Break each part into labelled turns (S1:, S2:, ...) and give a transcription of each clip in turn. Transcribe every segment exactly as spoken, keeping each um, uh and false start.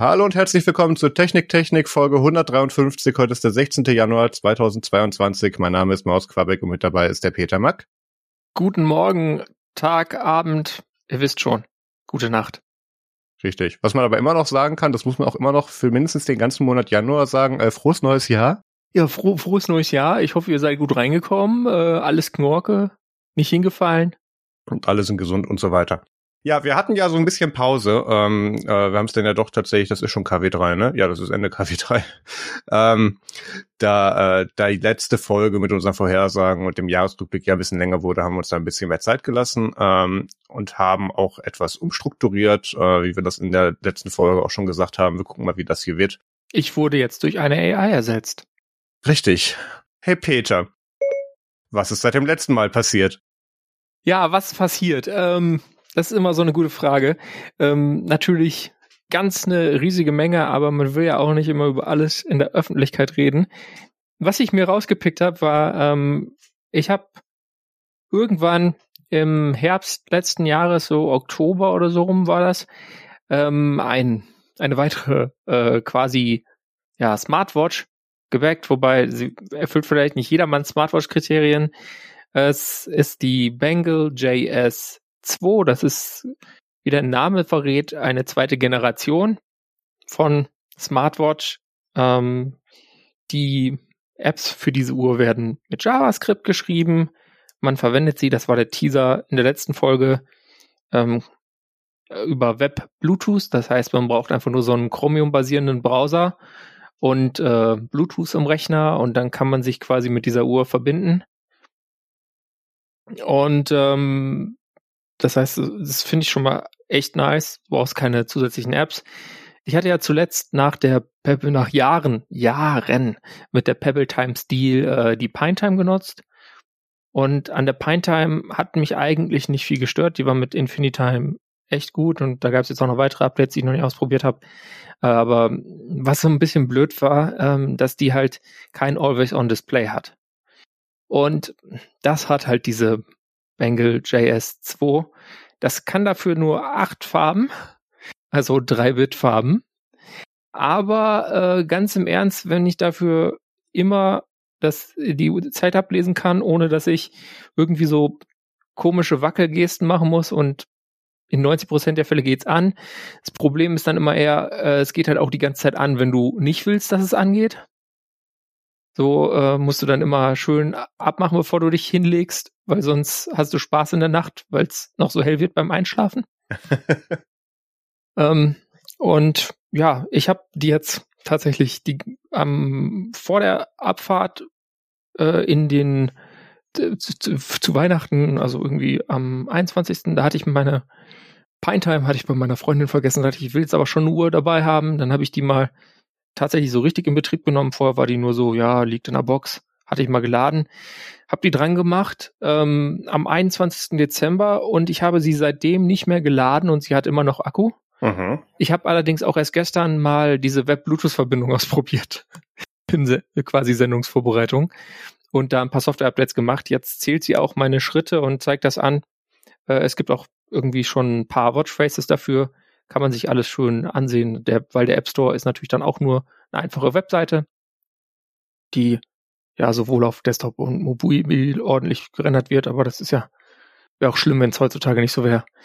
S1: Hallo und herzlich willkommen zur Technik Technik Folge hundertdreiundfünfzig. Heute ist der sechzehnten Januar zweitausendzweiundzwanzig. Mein Name ist Maus Quabeck und mit dabei ist der Peter Mack.
S2: Guten Morgen, Tag, Abend, ihr wisst schon. Gute Nacht.
S1: Richtig. Was man aber immer noch sagen kann, das muss man auch immer noch für mindestens den ganzen Monat Januar sagen, äh, frohes neues Jahr.
S2: Ja, froh, frohes neues Jahr. Ich hoffe, ihr seid gut reingekommen. Äh, alles Knorke, nicht hingefallen.
S1: Und alle sind gesund und so weiter. Ja, wir hatten ja so ein bisschen Pause. Ähm, äh, wir haben es denn ja doch tatsächlich, das ist schon K W drei, ne? Ja, das ist Ende K W drei. ähm, da, äh, da die letzte Folge mit unseren Vorhersagen und dem Jahresrückblick ja ein bisschen länger wurde, haben wir uns da ein bisschen mehr Zeit gelassen ähm, und haben auch etwas umstrukturiert, äh, wie wir das in der letzten Folge auch schon gesagt haben. Wir gucken mal, wie das hier wird.
S2: Ich wurde jetzt durch eine A I ersetzt.
S1: Richtig. Hey Peter, was ist seit dem letzten Mal passiert?
S2: Ja, was passiert? Ähm... Das ist immer so eine gute Frage. Ähm, natürlich ganz eine riesige Menge, aber man will ja auch nicht immer über alles in der Öffentlichkeit reden. Was ich mir rausgepickt habe, war, ähm, ich habe irgendwann im Herbst letzten Jahres, so Oktober oder so rum war das, ähm, ein, eine weitere äh, quasi ja Smartwatch gebackt, wobei sie erfüllt vielleicht nicht jedermanns Smartwatch-Kriterien. Es ist die Bengal J S zwei, das ist, wie der Name verrät, eine zweite Generation von Smartwatch. Ähm, die Apps für diese Uhr werden mit JavaScript geschrieben. Man verwendet sie, das war der Teaser in der letzten Folge, ähm, über Web Bluetooth. Das heißt, man braucht einfach nur so einen Chromium-basierenden Browser und äh, Bluetooth im Rechner und dann kann man sich quasi mit dieser Uhr verbinden. Und ähm, das heißt, das finde ich schon mal echt nice. Du brauchst keine zusätzlichen Apps. Ich hatte ja zuletzt nach der Pebble, nach Jahren, Jahren mit der Pebble Time Steel äh, die Pine Time genutzt. Und an der Pine Time hat mich eigentlich nicht viel gestört. Die war mit Infinitime echt gut und da gab es jetzt auch noch weitere Updates, die ich noch nicht ausprobiert habe. Aber was so ein bisschen blöd war, ähm, dass die halt kein Always-on-Display hat. Und das hat halt diese Bengal J S zwei. Das kann dafür nur acht Farben, also drei Bit Farben. Aber äh, ganz im Ernst, wenn ich dafür immer das, die Zeit ablesen kann, ohne dass ich irgendwie so komische Wackelgesten machen muss und in neunzig Prozent der Fälle geht's an. Das Problem ist dann immer eher, äh, es geht halt auch die ganze Zeit an, wenn du nicht willst, dass es angeht. So äh, musst du dann immer schön abmachen, bevor du dich hinlegst, weil sonst hast du Spaß in der Nacht, weil es noch so hell wird beim Einschlafen. ähm, und ja, ich habe die jetzt tatsächlich die ähm, vor der Abfahrt äh, in den zu, zu, zu Weihnachten, also irgendwie am einundzwanzigsten Da hatte ich meine Pine Time hatte ich bei meiner Freundin vergessen, da dachte ich, ich will jetzt aber schon eine Uhr dabei haben. Dann habe ich die mal tatsächlich so richtig in Betrieb genommen. Vorher war die nur so, ja, liegt in der Box. Hatte ich mal geladen. Hab die dran gemacht ähm, am einundzwanzigsten Dezember und ich habe sie seitdem nicht mehr geladen und sie hat immer noch Akku. Mhm. Ich habe allerdings auch erst gestern mal diese Web-Bluetooth-Verbindung ausprobiert. In se- quasi Sendungsvorbereitung. Und da ein paar Software-Updates gemacht. Jetzt zählt sie auch meine Schritte und zeigt das an. Äh, es gibt auch irgendwie schon ein paar Watchfaces dafür. Kann man sich alles schön ansehen, der, weil der App Store ist natürlich dann auch nur eine einfache Webseite, die ja sowohl auf Desktop und Mobil ordentlich gerendert wird, aber das ist ja wäre auch schlimm, wenn es heutzutage nicht so wäre.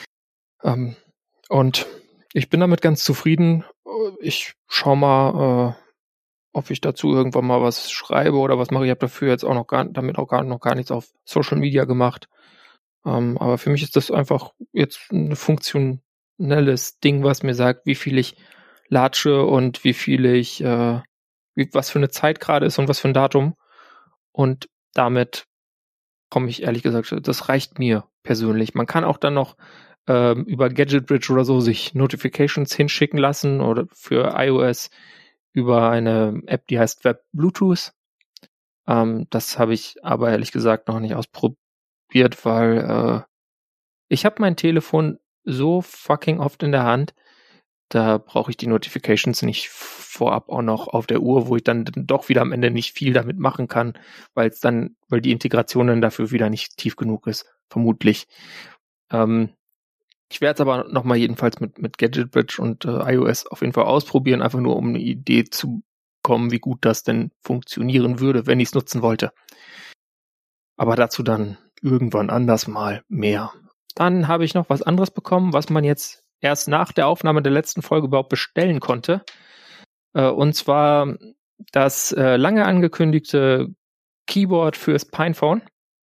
S2: Ähm, und ich bin damit ganz zufrieden. Ich schau mal, äh, ob ich dazu irgendwann mal was schreibe oder was mache. Ich habe dafür jetzt auch noch gar damit auch gar noch gar nichts auf Social Media gemacht. Ähm, aber für mich ist das einfach jetzt eine Funktion nelles Ding, was mir sagt, wie viel ich latsche und wie viel ich, äh, wie, was für eine Zeit gerade ist und was für ein Datum. Und damit komme ich ehrlich gesagt, das reicht mir persönlich. Man kann auch dann noch ähm, über Gadget Bridge oder so sich Notifications hinschicken lassen oder für iOS über eine App, die heißt Web Bluetooth. Ähm, das habe ich aber ehrlich gesagt noch nicht ausprobiert, weil äh, ich habe mein Telefon so fucking oft in der Hand, da brauche ich die Notifications nicht vorab auch noch auf der Uhr, wo ich dann doch wieder am Ende nicht viel damit machen kann, weil es dann, weil die Integration dann dafür wieder nicht tief genug ist, vermutlich. Ähm, Ich werde es aber nochmal jedenfalls mit, mit GadgetBridge und äh, iOS auf jeden Fall ausprobieren, einfach nur um eine Idee zu bekommen, wie gut das denn funktionieren würde, wenn ich es nutzen wollte. Aber dazu dann irgendwann anders mal mehr. Dann habe ich noch was anderes bekommen, was man jetzt erst nach der Aufnahme der letzten Folge überhaupt bestellen konnte. Äh, und zwar das äh, lange angekündigte Keyboard fürs Pinephone.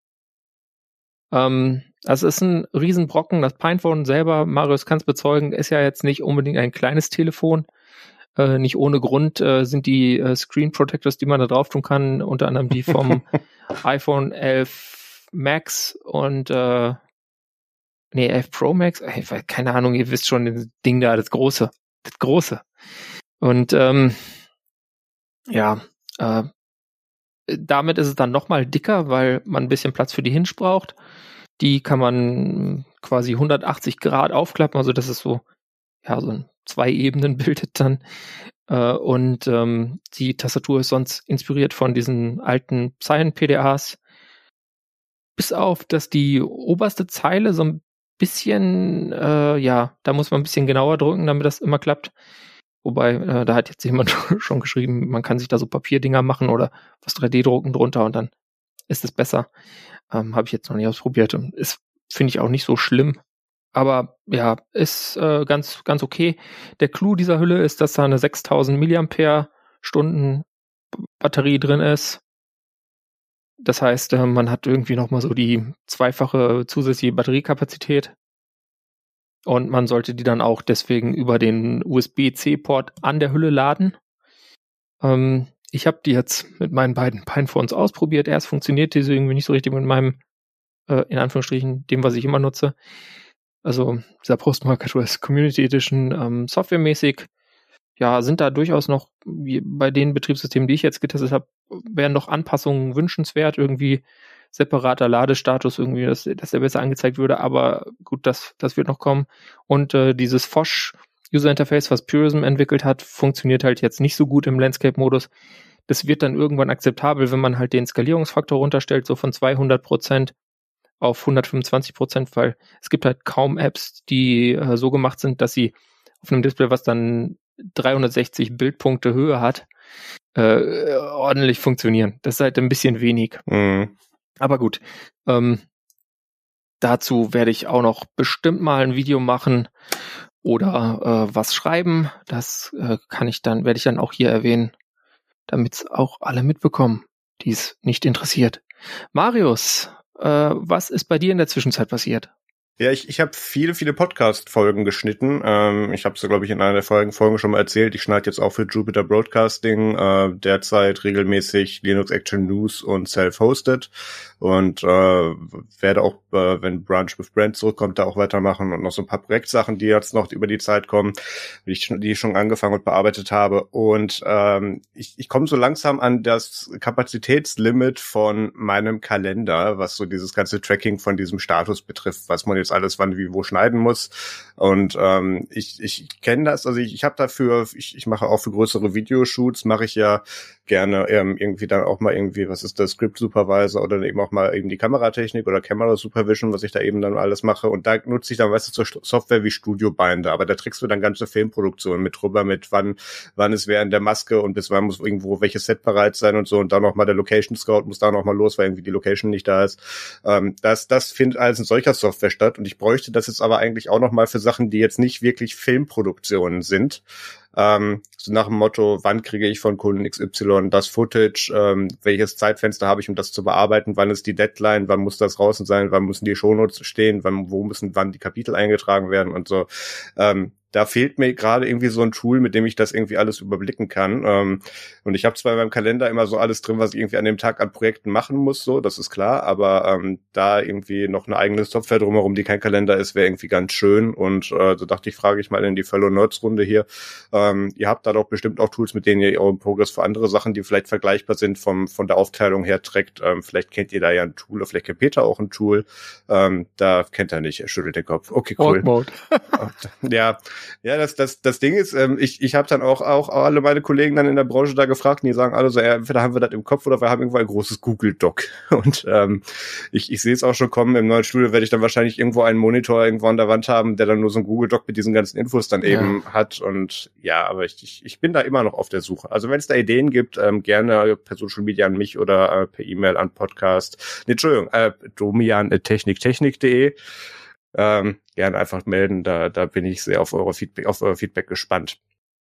S2: Ähm, also es ist ein Riesenbrocken. Das Pinephone selber, Marius kann es bezeugen, ist ja jetzt nicht unbedingt ein kleines Telefon. Äh, nicht ohne Grund äh, sind die äh, Screen Protectors, die man da drauf tun kann, unter anderem die vom iPhone elf Max und äh, nee, elf Pro Max, ey, keine Ahnung, ihr wisst schon, das Ding da, das große, das große. Und ähm, ja, äh, damit ist es dann nochmal dicker, weil man ein bisschen Platz für die Hinge braucht. Die kann man quasi hundertachtzig Grad aufklappen, also das ist so, ja, so ein zwei Ebenen bildet dann. Äh, und ähm, die Tastatur ist sonst inspiriert von diesen alten Cyan-P D As. Bis auf, dass die oberste Zeile so ein bisschen, äh, ja, da muss man ein bisschen genauer drücken, damit das immer klappt. Wobei, äh, da hat jetzt jemand schon geschrieben, man kann sich da so Papierdinger machen oder was drei D drucken drunter und dann ist es besser. Ähm, habe ich jetzt noch nicht ausprobiert und ist, finde ich, auch nicht so schlimm. Aber ja, ist äh, ganz ganz okay. Der Clou dieser Hülle ist, dass da eine sechstausend Milliampere-Stunden Batterie drin ist. Das heißt, äh, man hat irgendwie nochmal so die zweifache zusätzliche Batteriekapazität. Und man sollte die dann auch deswegen über den U S B-C-Port an der Hülle laden. Ähm, ich habe die jetzt mit meinen beiden Pinephones ausprobiert. Erst funktioniert die so irgendwie nicht so richtig mit meinem, äh, in Anführungsstrichen, dem, was ich immer nutze. Also dieser Postmarket Community Edition ähm, softwaremäßig, ja, sind da durchaus noch, wie bei den Betriebssystemen, die ich jetzt getestet habe, wären noch Anpassungen wünschenswert, irgendwie separater Ladestatus, irgendwie, dass, dass der besser angezeigt würde, aber gut, das, das wird noch kommen. Und äh, dieses Phosh User Interface, was Purism entwickelt hat, funktioniert halt jetzt nicht so gut im Landscape-Modus. Das wird dann irgendwann akzeptabel, wenn man halt den Skalierungsfaktor runterstellt, so von zweihundert Prozent auf hundertfünfundzwanzig Prozent, weil es gibt halt kaum Apps, die äh, so gemacht sind, dass sie auf einem Display, was dann dreihundertsechzig Bildpunkte Höhe hat, äh, ordentlich funktionieren. Das ist halt ein bisschen wenig.
S1: Mhm.
S2: Aber gut, ähm, dazu werde ich auch noch bestimmt mal ein Video machen oder äh, was schreiben. Das äh, kann ich dann, werde ich dann auch hier erwähnen, damit es auch alle mitbekommen, die es nicht interessiert. Marius, äh, was ist bei dir in der Zwischenzeit passiert?
S1: Ja, ich, ich habe viele, viele Podcast-Folgen geschnitten. Ähm, ich habe es, glaube ich, in einer der Folgen, Folgen schon mal erzählt. Ich schneide jetzt auch für Jupiter Broadcasting äh, derzeit regelmäßig Linux Action News und Self-Hosted und äh, werde auch, äh, wenn Branch with Brand zurückkommt, da auch weitermachen und noch so ein paar Projektsachen, die jetzt noch über die Zeit kommen, die ich, die ich schon angefangen und bearbeitet habe. Und ähm, ich, ich komme so langsam an das Kapazitätslimit von meinem Kalender, was so dieses ganze Tracking von diesem Status betrifft, was man jetzt alles wann wie wo schneiden muss. Und ähm, ich ich kenne das, also ich, ich habe dafür, ich, ich mache auch für größere Videoshoots, mache ich ja gerne ähm, irgendwie dann auch mal irgendwie, was ist das, Script Supervisor oder eben auch mal eben die Kameratechnik oder Camera Supervision, was ich da eben dann alles mache. Und da nutze ich dann, weißt du, so Software wie Studio Binder, aber da trickst du dann ganze Filmproduktionen mit drüber, mit wann wann ist wer in der Maske und bis wann muss irgendwo welches Set bereit sein und so und dann noch mal der Location Scout muss da noch mal los, weil irgendwie die Location nicht da ist. Ähm, das das findet alles in solcher Software statt und ich bräuchte das jetzt aber eigentlich auch noch mal für Sachen, die jetzt nicht wirklich Filmproduktionen sind. Ähm, so nach dem Motto, wann kriege ich von Kunden X Y das Footage, ähm, welches Zeitfenster habe ich, um das zu bearbeiten, wann ist die Deadline, wann muss das draußen sein, wann müssen die Shownotes stehen, wann, wo müssen wann die Kapitel eingetragen werden und so. Ähm, da fehlt mir gerade irgendwie so ein Tool, mit dem ich das irgendwie alles überblicken kann. Ähm, und ich habe zwar in meinem Kalender immer so alles drin, was ich irgendwie an dem Tag an Projekten machen muss, so, das ist klar, aber ähm, da irgendwie noch eine eigene Software drumherum, die kein Kalender ist, wäre irgendwie ganz schön. Und äh, so dachte ich, frage ich mal in die Fellow Nerds Runde hier. Ähm, ihr habt da doch bestimmt auch Tools, mit denen ihr euren Progress für andere Sachen, die vielleicht vergleichbar sind, vom von der Aufteilung her trackt. Ähm, vielleicht kennt ihr da ja ein Tool, oder vielleicht kennt Peter auch ein Tool. Ähm, da kennt er nicht, er schüttelt den Kopf. Okay, cool.
S2: Mode.
S1: Ja, Ja, das, das, das Ding ist, ähm, ich, ich habe dann auch, auch alle meine Kollegen dann in der Branche da gefragt und die sagen alle so, ja, entweder haben wir das im Kopf oder wir haben irgendwo ein großes Google-Doc. Und ähm, ich, ich sehe es auch schon kommen, im neuen Studio werde ich dann wahrscheinlich irgendwo einen Monitor irgendwo an der Wand haben, der dann nur so ein Google-Doc mit diesen ganzen Infos dann eben ja. hat. Und ja, aber ich, ich, ich bin da immer noch auf der Suche. Also wenn es da Ideen gibt, ähm, gerne per Social Media an mich oder äh, per E-Mail an Podcast. Nee, Entschuldigung, äh, domian at techniktechnik punkt de. Ähm, gerne einfach melden, da da bin ich sehr auf eure Feedback, auf euer Feedback gespannt.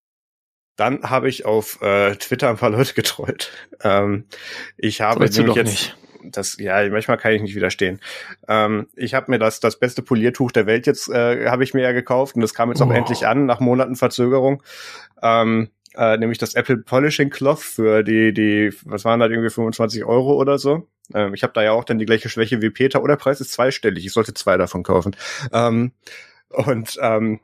S1: Dann habe ich auf äh, Twitter ein paar Leute getrollt. Ähm, ich habe
S2: nämlich jetzt
S1: nicht. das, ja, manchmal kann ich nicht widerstehen. Ähm, ich habe mir das das beste Poliertuch der Welt jetzt äh, habe ich mir ja gekauft und das kam jetzt auch oh. endlich an nach Monaten Verzögerung. Ähm, äh, nämlich das Apple Polishing Cloth für die die was waren das irgendwie fünfundzwanzig Euro oder so. Ähm, ich habe da ja auch dann die gleiche Schwäche wie Peter. Oder Preis ist zweistellig. Ich sollte zwei davon kaufen. Ähm, und ähm,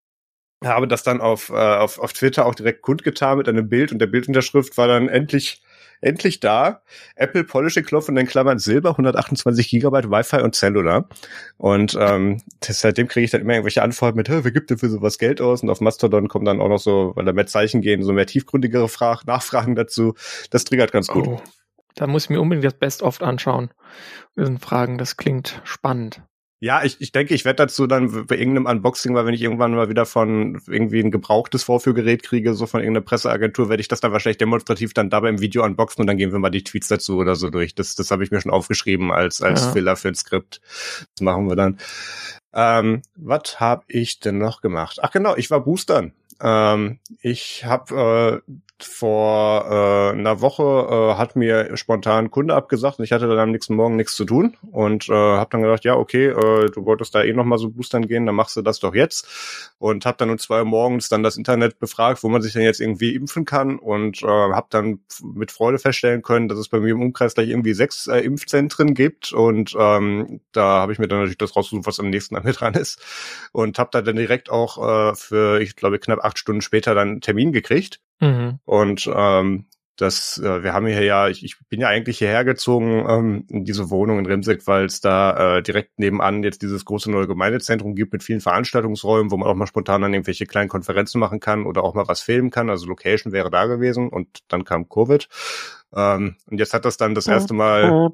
S1: habe das dann auf, äh, auf, auf Twitter auch direkt kundgetan mit einem Bild. Und der Bildunterschrift war dann endlich endlich da. Apple Polishing Cloth und in Klammern Silber, hundertachtundzwanzig Gigabyte Wi-Fi und Cellular. Und ähm, das, seitdem kriege ich dann immer irgendwelche Antworten mit, wer gibt denn für sowas Geld aus? Und auf Mastodon kommen dann auch noch so, weil da mehr Zeichen gehen, so mehr tiefgründigere Fra- Nachfragen dazu. Das triggert ganz gut.
S2: Oh. Da muss ich mir unbedingt das Best-of anschauen. Und fragen, das klingt spannend.
S1: Ja, ich, ich denke, ich werde dazu dann bei irgendeinem Unboxing, weil wenn ich irgendwann mal wieder von irgendwie ein gebrauchtes Vorführgerät kriege, so von irgendeiner Presseagentur, werde ich das dann wahrscheinlich demonstrativ dann dabei im Video unboxen und dann gehen wir mal die Tweets dazu oder so durch. Das, das habe ich mir schon aufgeschrieben als als ja. Filler für ein Skript. Das machen wir dann. Ähm, was habe ich denn noch gemacht? Ach genau, ich war boostern. Ähm, ich habe äh, vor äh, einer Woche äh, hat mir spontan ein Kunde abgesagt und ich hatte dann am nächsten Morgen nichts zu tun und äh, habe dann gedacht, ja okay, äh, du wolltest da eh noch mal so boostern gehen, dann machst du das doch jetzt und habe dann um zwei Uhr morgens dann das Internet befragt, wo man sich denn jetzt irgendwie impfen kann und äh, habe dann mit Freude feststellen können, dass es bei mir im Umkreis gleich irgendwie sechs äh, Impfzentren gibt und ähm, da habe ich mir dann natürlich das rausgesucht, was am nächsten an mir dran ist und habe da dann direkt auch äh, für, ich glaube, knapp acht Stunden später dann einen Termin gekriegt. Mhm. Und ähm, das, äh, wir haben hier ja, ich, ich bin ja eigentlich hierher gezogen ähm, in diese Wohnung in Remseck, weil es da äh, direkt nebenan jetzt dieses große neue Gemeindezentrum gibt mit vielen Veranstaltungsräumen, wo man auch mal spontan dann irgendwelche kleinen Konferenzen machen kann oder auch mal was filmen kann. Also Location wäre da gewesen und dann kam Covid. Ähm, und jetzt hat das dann das erste Mal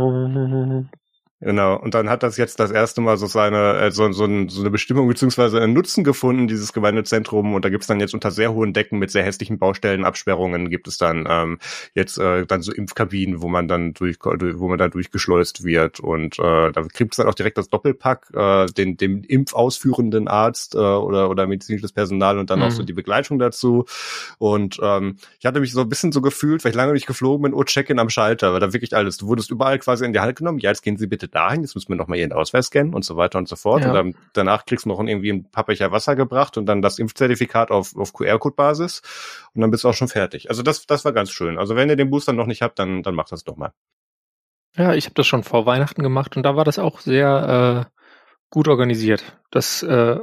S1: Genau, und dann hat das jetzt das erste Mal so seine äh, so, so, ein, so eine Bestimmung beziehungsweise einen Nutzen gefunden, dieses Gemeindezentrum, und da gibt's dann jetzt unter sehr hohen Decken mit sehr hässlichen Baustellenabsperrungen gibt es dann ähm, jetzt äh, dann so Impfkabinen, wo man dann durch wo man dann durchgeschleust wird und äh, da gibt's dann auch direkt das Doppelpack, äh, den dem impfausführenden Arzt äh, oder oder medizinisches Personal und dann mhm. auch so die Begleitung dazu und ähm, ich hatte mich so ein bisschen so gefühlt, weil ich lange nicht geflogen bin, oh, Check-in am Schalter, weil da wirklich alles, du wurdest überall quasi in die Hand genommen, ja, jetzt gehen Sie bitte dahin, jetzt müssen wir noch mal Ihren Ausweis scannen und so weiter und so fort. Ja. Und dann, danach kriegst du noch irgendwie ein paar Becher Wasser gebracht und dann das Impfzertifikat auf, auf Q R-Code-Basis und dann bist du auch schon fertig. Also das, das war ganz schön. Also wenn ihr den Booster noch nicht habt, dann, dann macht das doch mal.
S2: Ja, ich habe das schon vor Weihnachten gemacht und da war das auch sehr äh, gut organisiert. Das äh,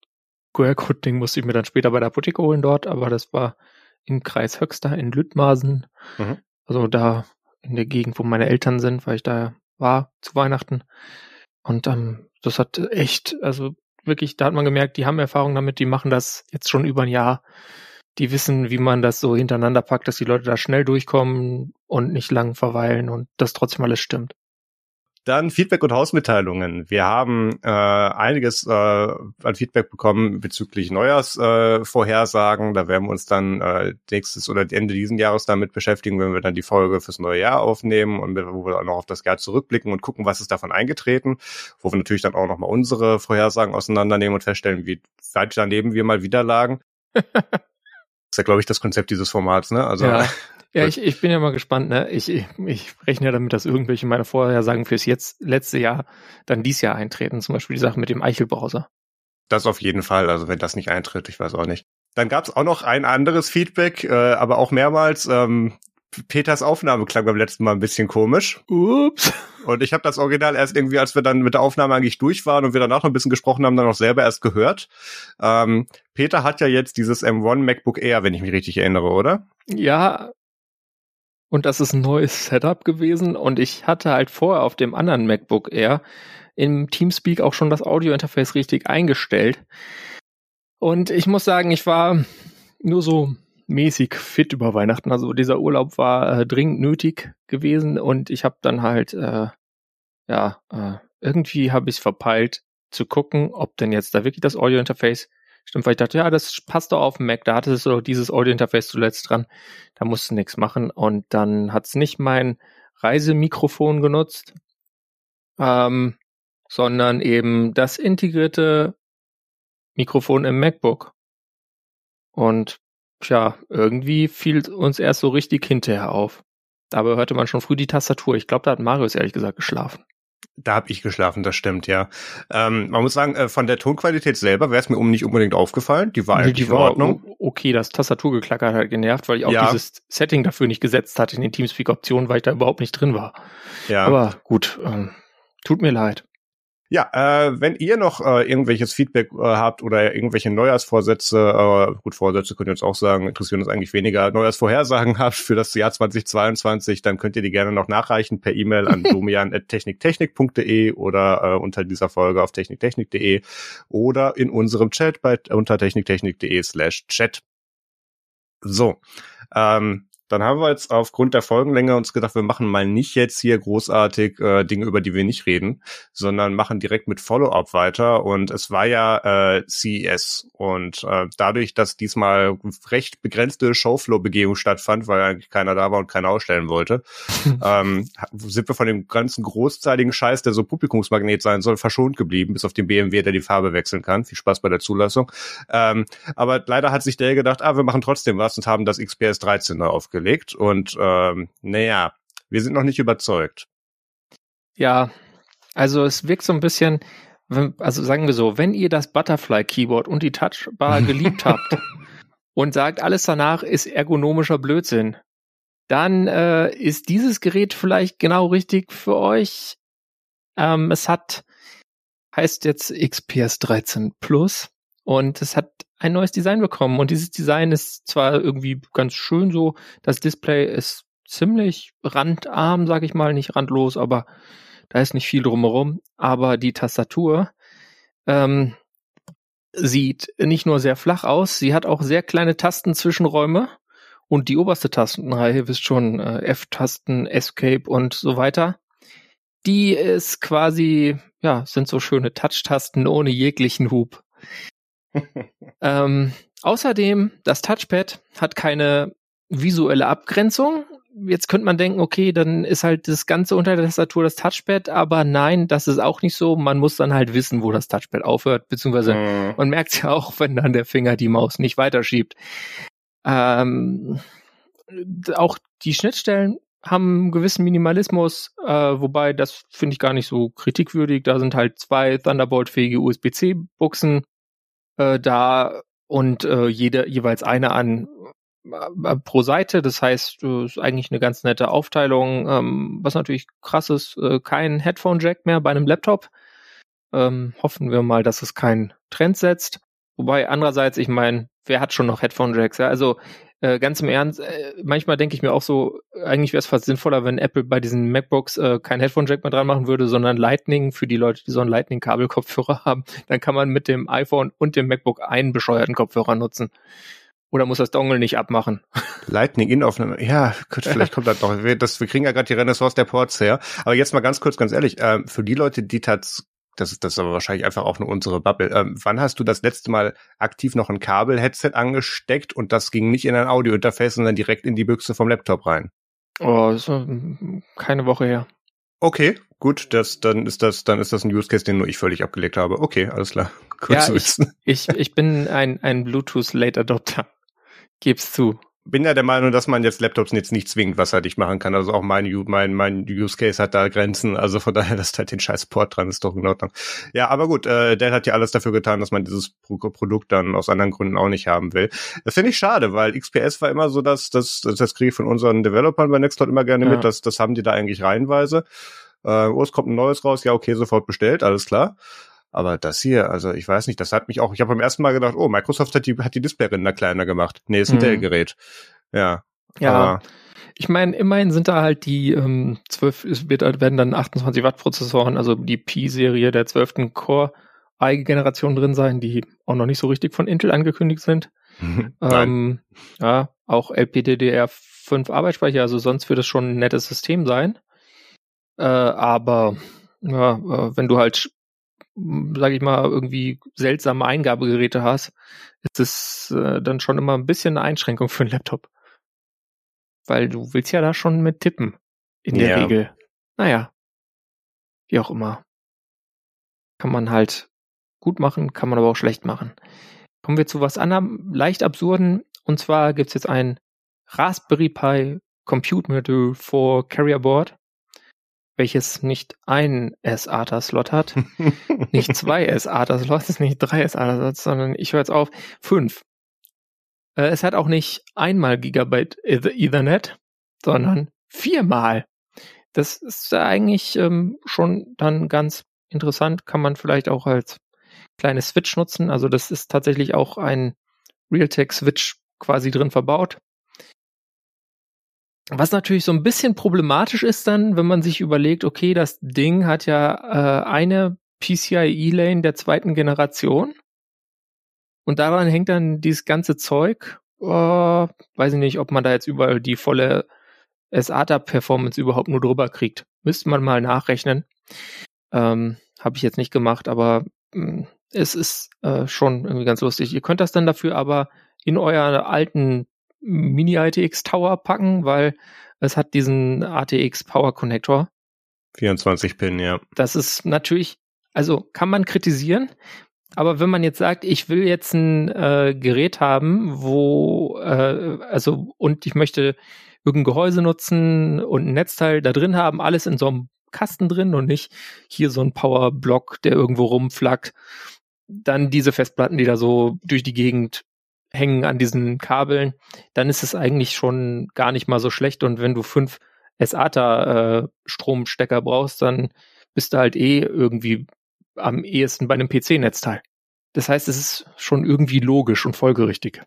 S2: Q R-Code-Ding musste ich mir dann später bei der Apotheke holen dort, aber das war im Kreis Höxter in Lüttmaßen. Mhm. Also da in der Gegend, wo meine Eltern sind, weil ich da war zu Weihnachten. Und ähm, das hat echt, also wirklich, da hat man gemerkt, die haben Erfahrung damit, die machen das jetzt schon über ein Jahr. Die wissen, wie man das so hintereinander packt, dass die Leute da schnell durchkommen und nicht lang verweilen und das trotzdem alles stimmt.
S1: Dann Feedback und Hausmitteilungen. Wir haben äh, einiges äh, an Feedback bekommen bezüglich Neujahrsvorhersagen. Äh, da werden wir uns dann äh, nächstes oder Ende diesen Jahres damit beschäftigen, wenn wir dann die Folge fürs neue Jahr aufnehmen und wo wir auch noch auf das Jahr zurückblicken und gucken, was ist davon eingetreten, wo wir natürlich dann auch nochmal unsere Vorhersagen auseinandernehmen und feststellen, wie weit daneben wir mal wieder lagen. Das ist ja, glaube ich, das Konzept dieses Formats, ne? Also
S2: ja. Ja, ich, ich bin ja mal gespannt, ne? Ich, ich, ich rechne ja damit, dass irgendwelche meiner Vorhersagen fürs jetzt letzte Jahr dann dies Jahr eintreten. Zum Beispiel die Sache mit dem Eichelbrowser.
S1: Das auf jeden Fall. Also wenn das nicht eintritt, ich weiß auch nicht. Dann gab es auch noch ein anderes Feedback, äh, aber auch mehrmals. Ähm, Peters Aufnahme klang beim letzten Mal ein bisschen komisch. Ups. Und ich habe das Original erst irgendwie, als wir dann mit der Aufnahme eigentlich durch waren und wir danach noch ein bisschen gesprochen haben, dann auch selber erst gehört. Ähm, Peter hat ja jetzt dieses M eins MacBook Air, wenn ich mich richtig erinnere, oder?
S2: Ja. Und das ist ein neues Setup gewesen und ich hatte halt vorher auf dem anderen MacBook Air im Teamspeak auch schon das Audio-Interface richtig eingestellt. Und ich muss sagen, ich war nur so mäßig fit über Weihnachten. Also dieser Urlaub war äh, dringend nötig gewesen und ich habe dann halt, äh, ja, äh, irgendwie habe ich es verpeilt zu gucken, ob denn jetzt da wirklich das Audio-Interface stimmt, weil ich dachte, ja, das passt doch auf dem Mac, da hatte es so dieses Audio-Interface zuletzt dran, da musst du nichts machen und dann hat es nicht mein Reisemikrofon genutzt, ähm, sondern eben das integrierte Mikrofon im MacBook. Und tja, irgendwie fiel uns erst so richtig hinterher auf. Dabei hörte man schon früh die Tastatur. Ich glaube, da hat Marius ehrlich gesagt geschlafen.
S1: Da habe ich geschlafen, das stimmt, ja. Ähm, man muss sagen, äh, von der Tonqualität selber wäre es mir um nicht unbedingt aufgefallen. Die war
S2: Nee,
S1: eigentlich
S2: die
S1: in
S2: war
S1: Ordnung.
S2: Okay, das Tastaturgeklacker hat genervt, weil ich auch
S1: Ja.
S2: dieses Setting dafür nicht gesetzt hatte in den Teamspeak-Optionen, weil ich da überhaupt nicht drin war.
S1: Ja.
S2: Aber gut, ähm, tut mir leid.
S1: Ja, äh, wenn ihr noch äh, irgendwelches Feedback äh, habt oder irgendwelche Neujahrsvorsätze, äh, gut, Vorsätze könnt ihr jetzt auch sagen, interessieren uns eigentlich weniger, Neujahrsvorhersagen habt für das Jahr zweitausendzweiundzwanzig, dann könnt ihr die gerne noch nachreichen per E-Mail an domian at techniktechnik punkt de oder äh, unter dieser Folge auf techniktechnik punkt de oder in unserem Chat bei unter techniktechnik punkt de slash chat. So, ähm, dann haben wir jetzt aufgrund der Folgenlänge uns gedacht, wir machen mal nicht jetzt hier großartig äh, Dinge, über die wir nicht reden, sondern machen direkt mit Follow-up weiter. Und es war ja äh, C E S. Und äh, dadurch, dass diesmal recht begrenzte Showfloor-Begehung stattfand, weil eigentlich keiner da war und keiner ausstellen wollte, ähm, sind wir von dem ganzen großzeitigen Scheiß, der so Publikumsmagnet sein soll, verschont geblieben, bis auf den B M W, der die Farbe wechseln kann. Viel Spaß bei der Zulassung. Ähm, aber leider hat sich der gedacht, ah, wir machen trotzdem was und haben das X P S dreizehn da aufgelegt. Und ähm, naja, wir sind noch nicht überzeugt.
S2: Ja, also es wirkt so ein bisschen, also sagen wir so, wenn ihr das Butterfly-Keyboard und die Touchbar geliebt habt und sagt, alles danach ist ergonomischer Blödsinn, dann äh, ist dieses Gerät vielleicht genau richtig für euch. Ähm, es hat, heißt jetzt X P S dreizehn Plus und es hat ein neues Design bekommen und dieses Design ist zwar irgendwie ganz schön so, das Display ist ziemlich randarm, sag ich mal, nicht randlos, aber da ist nicht viel drumherum, aber die Tastatur ähm, sieht nicht nur sehr flach aus, sie hat auch sehr kleine Tastenzwischenräume und die oberste Tastenreihe, wisst schon, äh, F-Tasten, Escape und so weiter, die ist quasi, ja, sind so schöne Touch-Tasten ohne jeglichen Hub. ähm, außerdem, das Touchpad hat keine visuelle Abgrenzung. Jetzt könnte man denken, okay, dann ist halt das Ganze unter der Tastatur das Touchpad, aber nein, das ist auch nicht so. Man muss dann halt wissen, wo das Touchpad aufhört, beziehungsweise mm. man merkt es ja auch, wenn dann der Finger die Maus nicht weiterschiebt. Ähm, auch die Schnittstellen haben einen gewissen Minimalismus, äh, wobei das finde ich gar nicht so kritikwürdig. Da sind halt zwei Thunderbolt-fähige U S B C-Buchsen äh, da und äh, jede jeweils eine an äh, pro Seite. Das heißt, äh, ist eigentlich eine ganz nette Aufteilung. Ähm, was natürlich krass ist, äh, kein Headphone-Jack mehr bei einem Laptop. Ähm, hoffen wir mal, dass es keinen Trend setzt. Wobei andererseits, ich meine, wer hat schon noch Headphone-Jacks? Ja? Also äh, ganz im Ernst, äh, manchmal denke ich mir auch so, eigentlich wäre es fast sinnvoller, wenn Apple bei diesen MacBooks äh, kein Headphone-Jack mehr dran machen würde, sondern Lightning für die Leute, die so einen Lightning-Kabel-Kopfhörer haben. Dann kann man mit dem iPhone und dem MacBook einen bescheuerten Kopfhörer nutzen. Oder muss das Dongle nicht abmachen?
S1: Lightning in auf einem, ja, vielleicht kommt das noch. Wir, das, wir kriegen ja gerade die Renaissance der Ports her. Aber jetzt mal ganz kurz, ganz ehrlich, äh, für die Leute, die tats Das ist, das ist aber wahrscheinlich einfach auch nur unsere Bubble. Ähm, wann hast du das letzte Mal aktiv noch ein Kabel-Headset angesteckt und das ging nicht in ein Audio-Interface, sondern direkt in die Büchse vom Laptop rein?
S2: Oh, das ist keine Woche her.
S1: Okay, gut, das, dann ist das, dann ist das ein Use Case, den nur ich völlig abgelegt habe. Okay, alles klar. Gut
S2: ja,
S1: zu wissen.
S2: Ich, ich, ich bin ein, ein Bluetooth-Late-Adopter. Geb's zu.
S1: Bin ja der Meinung, dass man jetzt Laptops jetzt nicht zwingend wasserdicht machen kann. Also auch mein, mein, mein Use Case hat da Grenzen. Also von daher, dass halt den scheiß Port dran ist, doch in Ordnung. Ja, aber gut, äh, Dell hat ja alles dafür getan, dass man dieses Pro- Produkt dann aus anderen Gründen auch nicht haben will. Das finde ich schade, weil X P S war immer so, dass das, das, das kriege ich von unseren Developern bei Nextcloud immer gerne ja. mit. Das, das haben die da eigentlich reihenweise. Äh, oh, es kommt ein neues raus. Ja, okay, sofort bestellt, alles klar. Aber das hier, also ich weiß nicht, das hat mich auch, ich habe beim ersten Mal gedacht, oh, Microsoft hat die, hat die Displayränder kleiner gemacht. Nee, ist ein mhm. Dell-Gerät. Ja.
S2: Ja. Aber ich meine, immerhin sind da halt die ähm, zwölf, es wird, werden dann achtundzwanzig Watt Prozessoren, also die Pi-Serie der zwölften Core i-Generationen drin sein, die auch noch nicht so richtig von Intel angekündigt sind. ähm, ja, auch L P D D R fünf Arbeitsspeicher, also sonst wird es schon ein nettes System sein. Äh, aber ja, äh, wenn du halt, sag ich mal, irgendwie seltsame Eingabegeräte hast, ist es äh, dann schon immer ein bisschen eine Einschränkung für einen Laptop. Weil du willst ja da schon mit tippen, in der
S1: Ja.
S2: Regel. Naja, wie auch immer. Kann man halt gut machen, kann man aber auch schlecht machen. Kommen wir zu was anderem, leicht absurden. Und zwar gibt's jetzt ein Raspberry Pi Compute Module for Carrier Board, welches nicht ein S A T A-Slot hat, nicht zwei S A T A-Slots, nicht drei S A T A-Slots, sondern ich höre jetzt auf, fünf. Äh, es hat auch nicht einmal Gigabyte Ethernet, sondern viermal. Das ist eigentlich ähm, schon dann ganz interessant, kann man vielleicht auch als kleine Switch nutzen. Also das ist tatsächlich auch ein Realtek-Switch quasi drin verbaut. Was natürlich so ein bisschen problematisch ist dann, wenn man sich überlegt, okay, das Ding hat ja äh, eine P C I E-Lane der zweiten Generation und daran hängt dann dieses ganze Zeug. Äh, weiß ich nicht, ob man da jetzt überall die volle S A T A-Performance überhaupt nur drüber kriegt. Müsste man mal nachrechnen. Ähm, habe ich jetzt nicht gemacht, aber mh, es ist äh, schon irgendwie ganz lustig. Ihr könnt das dann dafür aber in euer alten Mini-I T X Tower packen, weil es hat diesen A T X Power Connector.
S1: vierundzwanzig Pin, ja.
S2: Das ist natürlich, also kann man kritisieren, aber wenn man jetzt sagt, ich will jetzt ein äh, Gerät haben, wo, äh, also und ich möchte irgendein Gehäuse nutzen und ein Netzteil da drin haben, alles in so einem Kasten drin und nicht hier so ein Powerblock, der irgendwo rumflackt. Dann diese Festplatten, die da so durch die Gegend hängen an diesen Kabeln, dann ist es eigentlich schon gar nicht mal so schlecht. Und wenn du fünf S A T A-Stromstecker brauchst, dann bist du halt eh irgendwie am ehesten bei einem P C-Netzteil. Das heißt, es ist schon irgendwie logisch und folgerichtig.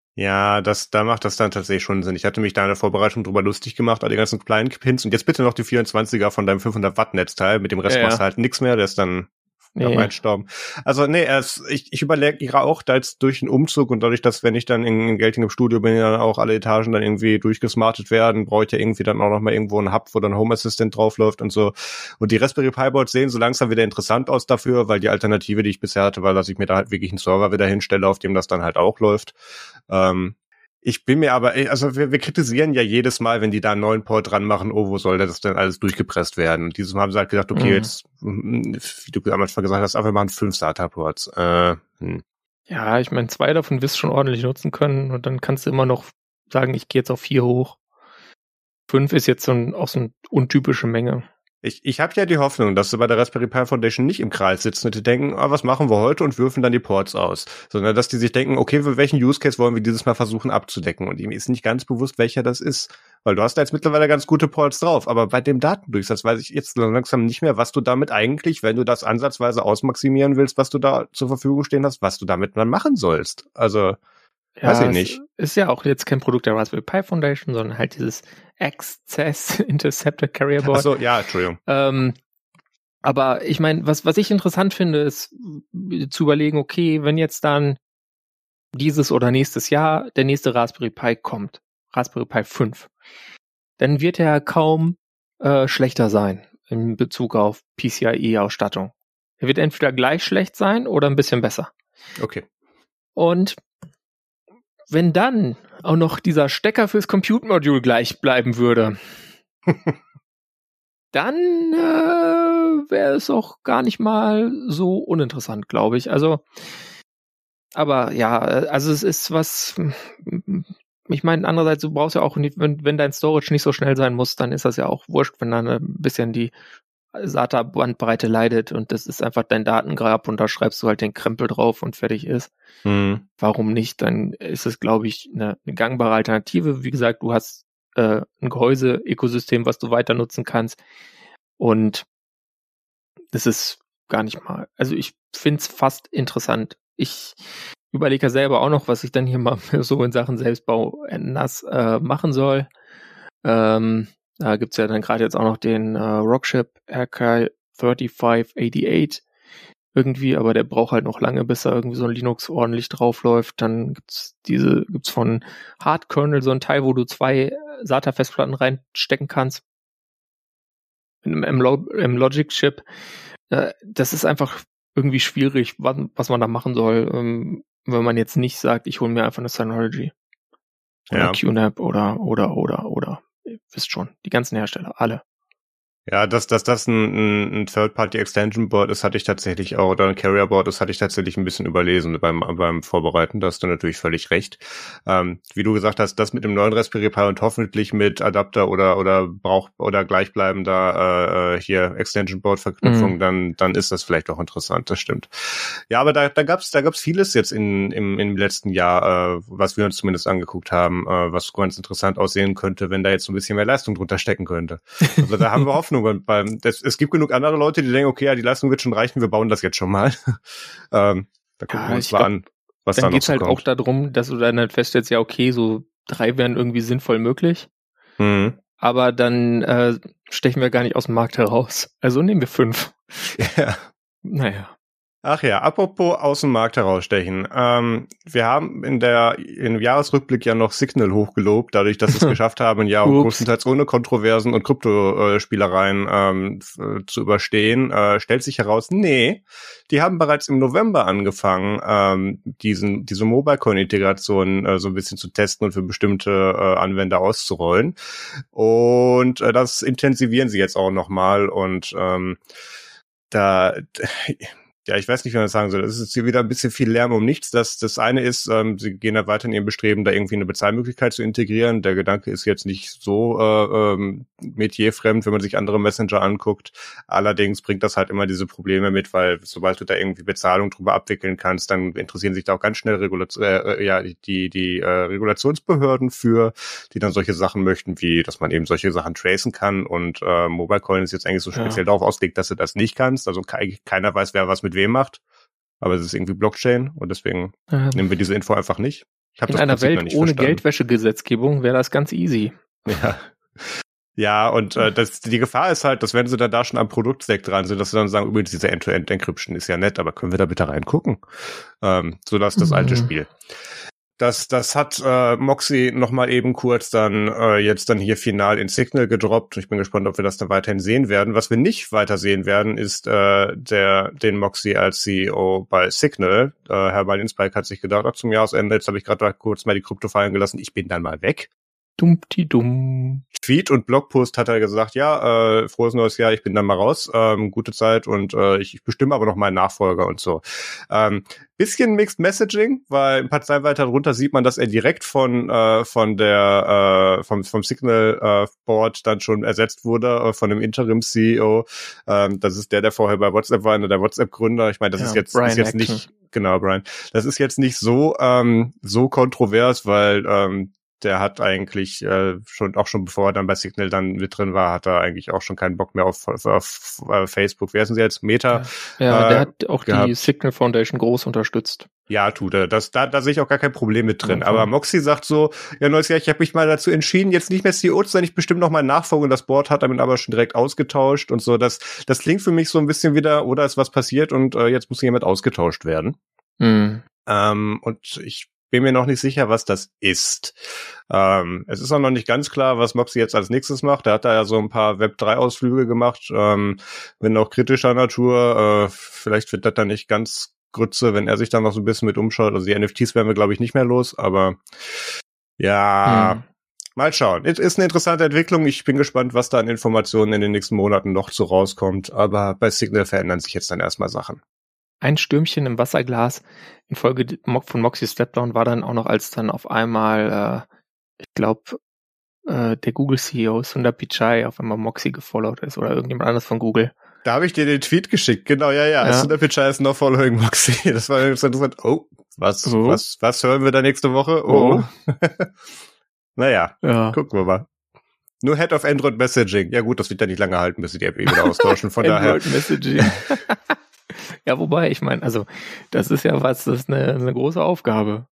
S1: Ja, das, da macht das dann tatsächlich schon Sinn. Ich hatte mich da in der Vorbereitung drüber lustig gemacht, all die ganzen kleinen Pins und jetzt bitte noch die vierundzwanziger von deinem fünfhundert Watt Netzteil, mit dem Rest
S2: Ja,
S1: machst du
S2: ja.
S1: halt nichts mehr, der ist dann
S2: Nee.
S1: am Einstauben. Also nee, es, ich, ich überlege auch da jetzt durch den Umzug und dadurch, dass wenn ich dann in, in Gelting im Studio bin, dann auch alle Etagen dann irgendwie durchgesmartet werden, brauche ich ja irgendwie dann auch noch mal irgendwo einen Hub, wo dann Home Assistant draufläuft und so. Und die Raspberry Pi Boards sehen so langsam wieder interessant aus dafür, weil die Alternative, die ich bisher hatte, war, dass ich mir da halt wirklich einen Server wieder hinstelle, auf dem das dann halt auch läuft. Ähm, Ich bin mir aber, also wir, wir kritisieren ja jedes Mal, wenn die da einen neuen Port dran machen, oh, wo soll das denn alles durchgepresst werden? Und dieses Mal haben sie halt gesagt, okay,
S2: Mhm.
S1: jetzt, wie du am Anfang gesagt hast, einfach machen fünf S A T A-Ports. Äh, hm.
S2: Ja, ich meine, zwei davon wirst du schon ordentlich nutzen können und dann kannst du immer noch sagen, ich gehe jetzt auf vier hoch. Fünf ist jetzt so ein, auch so eine untypische Menge.
S1: Ich, ich habe ja die Hoffnung, dass sie bei der Raspberry Pi Foundation nicht im Kreis sitzen und die denken, ah, was machen wir heute und würfen dann die Ports aus, sondern dass die sich denken, okay, für welchen Use Case wollen wir dieses Mal versuchen abzudecken und ihm ist nicht ganz bewusst, welcher das ist, weil du hast da jetzt mittlerweile ganz gute Ports drauf, aber bei dem Datendurchsatz weiß ich jetzt langsam nicht mehr, was du damit eigentlich, wenn du das ansatzweise ausmaximieren willst, was du da zur Verfügung stehen hast, was du damit dann machen sollst. Also weiß ich nicht.
S2: Es ist ja auch jetzt kein Produkt der Raspberry Pi Foundation, sondern halt dieses Access Interceptor Carrier Board.
S1: Ach so, ja, Entschuldigung.
S2: Ähm, aber ich meine, was, was ich interessant finde, ist zu überlegen, okay, wenn jetzt dann dieses oder nächstes Jahr der nächste Raspberry Pi kommt, Raspberry Pi fünf, dann wird er kaum äh, schlechter sein in Bezug auf P C I E-Ausstattung. Er wird entweder gleich schlecht sein oder ein bisschen besser.
S1: Okay.
S2: Und wenn dann auch noch dieser Stecker fürs Compute-Module gleich bleiben würde, dann äh, wäre es auch gar nicht mal so uninteressant, glaube ich. Also, aber ja, also es ist was, ich meine, andererseits, du brauchst ja auch, nicht, wenn, wenn dein Storage nicht so schnell sein muss, dann ist das ja auch wurscht, wenn dann ein bisschen die S A T A-Bandbreite leidet und das ist einfach dein Datengrab und da schreibst du halt den Krempel drauf und fertig ist.
S1: Hm.
S2: Warum nicht? Dann ist es, glaube ich, eine, eine gangbare Alternative. Wie gesagt, du hast äh, ein Gehäuse-Ökosystem, was du weiter nutzen kannst und das ist gar nicht mal, also ich finde es fast interessant. Ich überlege ja selber auch noch, was ich dann hier mal so in Sachen Selbstbau nass äh, machen soll. Ähm, Da gibt's ja dann gerade jetzt auch noch den äh, Rockchip R K fünf fünf acht acht, irgendwie, aber der braucht halt noch lange, bis da irgendwie so ein Linux ordentlich draufläuft. Dann gibt's diese, gibt's von Hardkernel so ein Teil, wo du zwei SATA-Festplatten reinstecken kannst. Im, im, Lo- im Logic-Chip. Äh, das ist einfach irgendwie schwierig, was, was man da machen soll, ähm, wenn man jetzt nicht sagt, ich hole mir einfach eine Synology. Oder
S1: Ja.
S2: Q NAP oder, oder, oder, oder. Ihr wisst schon, die ganzen Hersteller, alle.
S1: Ja, dass, dass das ein, ein Third-Party-Extension-Board ist, hatte ich tatsächlich auch, oder ein Carrier-Board, das hatte ich tatsächlich ein bisschen überlesen beim, beim Vorbereiten, da hast du natürlich völlig recht. Ähm, wie du gesagt hast, das mit dem neuen Raspberry Pi und hoffentlich mit Adapter oder, oder brauch, oder gleichbleibender, äh, hier Extension-Board-Verknüpfung, mhm. dann, dann ist das vielleicht auch interessant, das stimmt. Ja, aber da, da gab's, da gab's vieles jetzt in, im, im letzten Jahr, äh, was wir uns zumindest angeguckt haben, äh, was ganz interessant aussehen könnte, wenn da jetzt so ein bisschen mehr Leistung drunter stecken könnte. Also da haben wir Hoffnung. Beim, das, es gibt genug andere Leute, die denken, okay, ja, die Leistung wird schon reichen, wir bauen das jetzt schon mal. ähm, da gucken
S2: ja,
S1: wir uns
S2: mal
S1: an, was da noch so kommt. Dann
S2: geht's halt auch darum, dass du dann halt feststellst, ja, okay, so drei wären irgendwie sinnvoll möglich, mhm. aber dann äh, stechen wir gar nicht aus dem Markt heraus. Also nehmen wir fünf.
S1: Ja.
S2: Naja.
S1: Ach ja, apropos aus dem Markt herausstechen. Ähm, wir haben in der im Jahresrückblick ja noch Signal hochgelobt, dadurch, dass sie es geschafft haben, ja auch größtenteils ohne Kontroversen und Kryptospielereien ähm, f- zu überstehen. Äh, stellt sich heraus, nee, die haben bereits im November angefangen, ähm, diesen diese Mobile-Coin-Integration äh, so ein bisschen zu testen und für bestimmte äh, Anwender auszurollen. Und äh, das intensivieren sie jetzt auch nochmal und ähm, da ja, ich weiß nicht, wie man das sagen soll. Es ist hier wieder ein bisschen viel Lärm um nichts. Das, das eine ist, ähm, sie gehen da weiter in ihrem Bestreben, da irgendwie eine Bezahlmöglichkeit zu integrieren. Der Gedanke ist jetzt nicht so äh, ähm, metierfremd, wenn man sich andere Messenger anguckt. Allerdings bringt das halt immer diese Probleme mit, weil sobald du da irgendwie Bezahlung drüber abwickeln kannst, dann interessieren sich da auch ganz schnell Regulation, äh, ja, die, die äh, Regulationsbehörden für, die dann solche Sachen möchten, wie, dass man eben solche Sachen tracen kann. Und äh, Mobilecoin ist jetzt eigentlich so speziell ja. darauf ausgelegt, dass du das nicht kannst. Also ke- keiner weiß, wer was mit wem macht, aber es ist irgendwie Blockchain und deswegen ähm, nehmen wir diese Info einfach nicht. Ich hab
S2: in
S1: das
S2: einer
S1: Prinzip
S2: Welt
S1: noch nicht
S2: ohne
S1: verstanden.
S2: Geldwäschegesetzgebung wäre das ganz easy.
S1: Ja. Ja, und äh, das, die Gefahr ist halt, dass wenn sie dann da schon am Produktstack dran sind, dass sie dann sagen, übrigens, diese End-to-End-Encryption ist ja nett, aber können wir da bitte reingucken? Ähm, so das das alte mhm. Spiel. Das, das hat äh, Moxie nochmal eben kurz dann äh, jetzt dann hier final in Signal gedroppt. Ich bin gespannt, ob wir das dann weiterhin sehen werden. Was wir nicht weiter sehen werden, ist äh, der den Moxie als C E O bei Signal. Äh, Herr Malinsberg hat sich gedacht, ach, zum Jahresende, jetzt habe ich gerade kurz mal die Krypto fallen gelassen, ich bin dann mal weg.
S2: Dummti-dumm.
S1: Tweet und Blogpost hat er gesagt, ja, äh, frohes neues Jahr, ich bin dann mal raus, ähm, gute Zeit und äh, ich bestimme aber noch meinen Nachfolger und so. Ähm, bisschen Mixed Messaging, weil ein paar Zeilen weiter drunter sieht man, dass er direkt von äh, von der äh, vom vom Signal äh, Board dann schon ersetzt wurde äh, von dem Interim-C E O. Ähm, das ist der, der vorher bei WhatsApp war, einer der WhatsApp-Gründer. Ich meine, das ja, ist jetzt
S2: Brian
S1: ist jetzt
S2: Action.
S1: nicht genau Brian. Das ist jetzt nicht so ähm, so kontrovers, weil ähm, der hat eigentlich äh, schon, auch schon bevor er dann bei Signal dann mit drin war, hat er eigentlich auch schon keinen Bock mehr auf, auf, auf, auf Facebook. Wer ist denn sie jetzt? Meta?
S2: Ja, ja
S1: äh,
S2: der hat auch
S1: gehabt.
S2: die Signal Foundation groß unterstützt.
S1: Ja, tut er. Das, da, da sehe ich auch gar kein Problem mit drin. Okay. Aber Moxie sagt so, ja, neues Jahr, ich habe mich mal dazu entschieden, jetzt nicht mehr C E O zu sein, ich bestimme noch meinen Nachfolger und das Board hat damit aber schon direkt ausgetauscht und so. Das, das klingt für mich so ein bisschen wieder, oder ist was passiert und äh, jetzt muss jemand ausgetauscht werden.
S2: Mhm.
S1: Ähm, und ich bin mir noch nicht sicher, was das ist. Ähm, es ist auch noch nicht ganz klar, was Moxie jetzt als nächstes macht. Er hat da ja so ein paar Web drei Ausflüge gemacht, ähm, wenn auch kritischer Natur. Äh, vielleicht wird das dann nicht ganz Grütze, wenn er sich da noch so ein bisschen mit umschaut. Also die N F Ts werden wir, glaube ich, nicht mehr los, aber ja, hm. mal schauen. Es ist eine interessante Entwicklung. Ich bin gespannt, was da an Informationen in den nächsten Monaten noch so rauskommt. Aber bei Signal verändern sich jetzt dann erstmal Sachen.
S2: Ein Stürmchen im Wasserglas infolge von Moxie Stepdown war dann auch noch, als dann auf einmal, äh, ich glaube, äh, der Google-C E O Sundar Pichai auf einmal Moxie gefollowt ist oder irgendjemand anderes von Google.
S1: Da habe ich dir den Tweet geschickt, genau, ja, ja. ja. Sundar Pichai ist noch following Moxie. Das war so interessant. Oh, was, oh. was, was hören wir da nächste Woche? Oh. oh. Naja, ja. Gucken wir mal. Nur Head of Android Messaging. Ja gut, das wird ja nicht lange halten, bis sie die App eh wieder austauschen. Von
S2: Android
S1: daher.
S2: Messaging. Ja, wobei, ich meine, also, das ist ja was, das ist eine, eine große Aufgabe.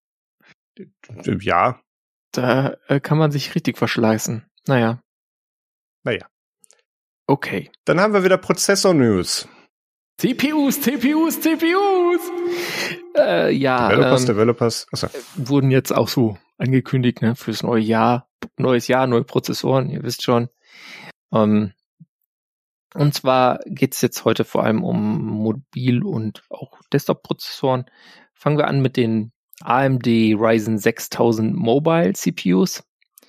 S1: Ja.
S2: Da äh, kann man sich richtig verschleißen. Naja.
S1: Naja.
S2: Okay.
S1: Dann haben wir wieder Prozessor-News.
S2: C P Us, C P Us, C P Us! Äh, ja,
S1: Developers,
S2: ähm,
S1: Developers. Achso.
S2: Wurden jetzt auch so angekündigt, ne, fürs neue Jahr. Neues Jahr, neue Prozessoren, ihr wisst schon. Ähm, und zwar geht's jetzt heute vor allem um Mobil- und auch Desktop-Prozessoren. Fangen wir an mit den A M D Ryzen sechstausend Mobile C P Us.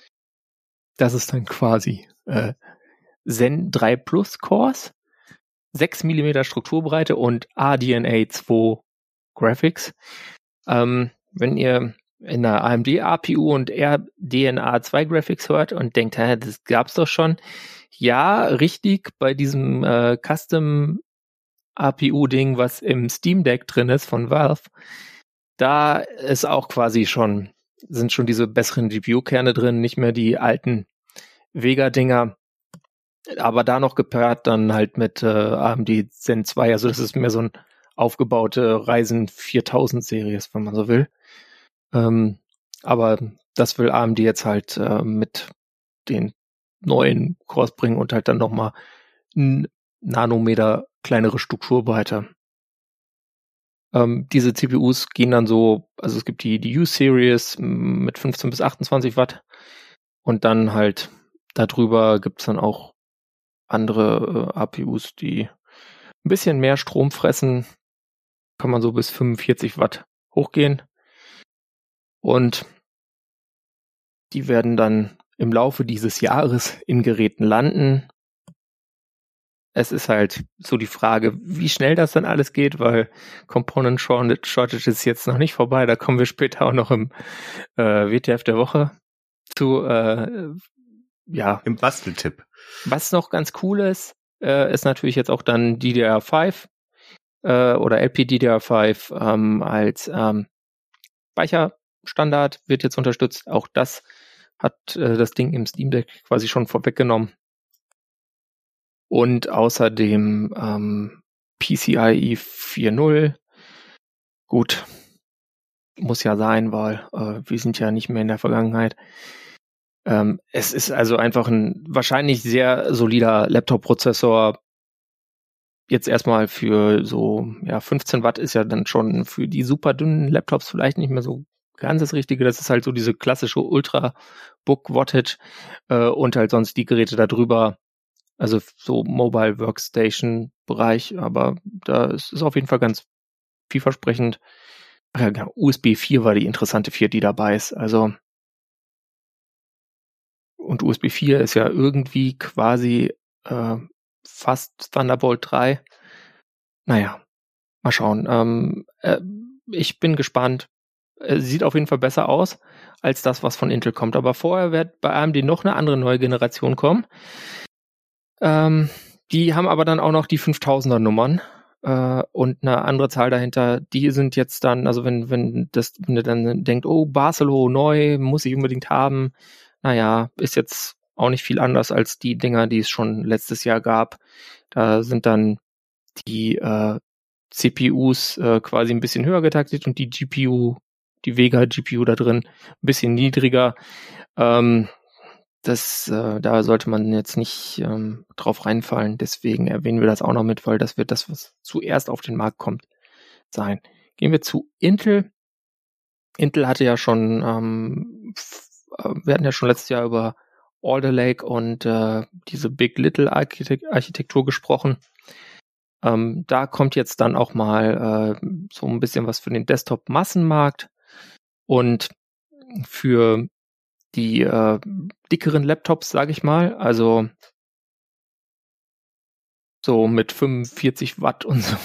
S2: Das ist dann quasi äh, Zen drei Plus Cores, sechs Millimeter Strukturbreite und R D N A zwei Graphics. Ähm, wenn ihr in der A M D A P U und R D N A zwei Graphics hört und denkt, hä, das gab's doch schon. Ja, richtig, bei diesem äh, Custom A P U-Ding, was im Steam Deck drin ist von Valve, da ist auch quasi schon, sind schon diese besseren G P U-Kerne drin, nicht mehr die alten Vega-Dinger, aber da noch gepaart dann halt mit äh, A M D Zen zwei, also das ist mehr so ein aufgebaute Ryzen viertausend Series, wenn man so will. Ähm, aber das will A M D jetzt halt äh, mit den neuen Cores bringen und halt dann nochmal ein Nanometer kleinere Strukturbreite. Ähm, diese C P Us gehen dann so, also es gibt die, die U-Series mit fünfzehn bis achtundzwanzig Watt und dann halt darüber gibt's dann auch andere äh, A P Us, die ein bisschen mehr Strom fressen, kann man so bis fünfundvierzig Watt hochgehen und die werden dann im Laufe dieses Jahres in Geräten landen. Es ist halt so die Frage, wie schnell das dann alles geht, weil Component Shortage ist jetzt noch nicht vorbei. Da kommen wir später auch noch im äh, W T F der Woche zu. Äh, ja,
S1: im Basteltipp.
S2: Was noch ganz cool ist, äh, ist natürlich jetzt auch dann D D R fünf äh, oder L P D D R fünf ähm, als ähm, Speicherstandard wird jetzt unterstützt. Auch das hat äh, das Ding im Steam Deck quasi schon vorweggenommen. Und außerdem ähm, PCIe vier Punkt null. Gut, muss ja sein, weil äh, wir sind ja nicht mehr in der Vergangenheit. Ähm, es ist also einfach ein wahrscheinlich sehr solider Laptop-Prozessor. Jetzt erstmal für so, ja, fünfzehn Watt ist ja dann schon für die super dünnen Laptops vielleicht nicht mehr so ganz das Richtige. Das ist halt so diese klassische Ultra-Book-Wattage äh, und halt sonst die Geräte da drüber. Also so Mobile Workstation Bereich, aber da ist es auf jeden Fall ganz vielversprechend. Ach ja, genau, U S B vier war die interessante vier, die dabei ist. Also und U S B vier ist ja irgendwie quasi äh, fast Thunderbolt drei. Naja, mal schauen. Ähm, äh, ich bin gespannt. Äh, sieht auf jeden Fall besser aus als das, was von Intel kommt. Aber vorher wird bei A M D noch eine andere neue Generation kommen. Ähm, die haben aber dann auch noch die fünftausender Nummern äh, und eine andere Zahl dahinter. Die sind jetzt dann, also wenn wenn das wenn ihr dann denkt, oh, Barcelo neu, muss ich unbedingt haben. Naja, ist jetzt auch nicht viel anders als die Dinger, die es schon letztes Jahr gab. Da sind dann die äh, C P Us äh, quasi ein bisschen höher getaktet und die G P U, die Vega G P U da drin ein bisschen niedriger. Ähm, Das, äh, da sollte man jetzt nicht ähm, drauf reinfallen. Deswegen erwähnen wir das auch noch mit, weil das wird das, was zuerst auf den Markt kommt, sein. Gehen wir zu Intel. Intel hatte ja schon, ähm, f- äh, wir hatten ja schon letztes Jahr über Alder Lake und äh, diese Big Little Architekt- Architektur gesprochen. Ähm, da kommt jetzt dann auch mal äh, so ein bisschen was für den Desktop-Massenmarkt und für die äh, dickeren Laptops, sage ich mal, also so mit fünfundvierzig Watt und so.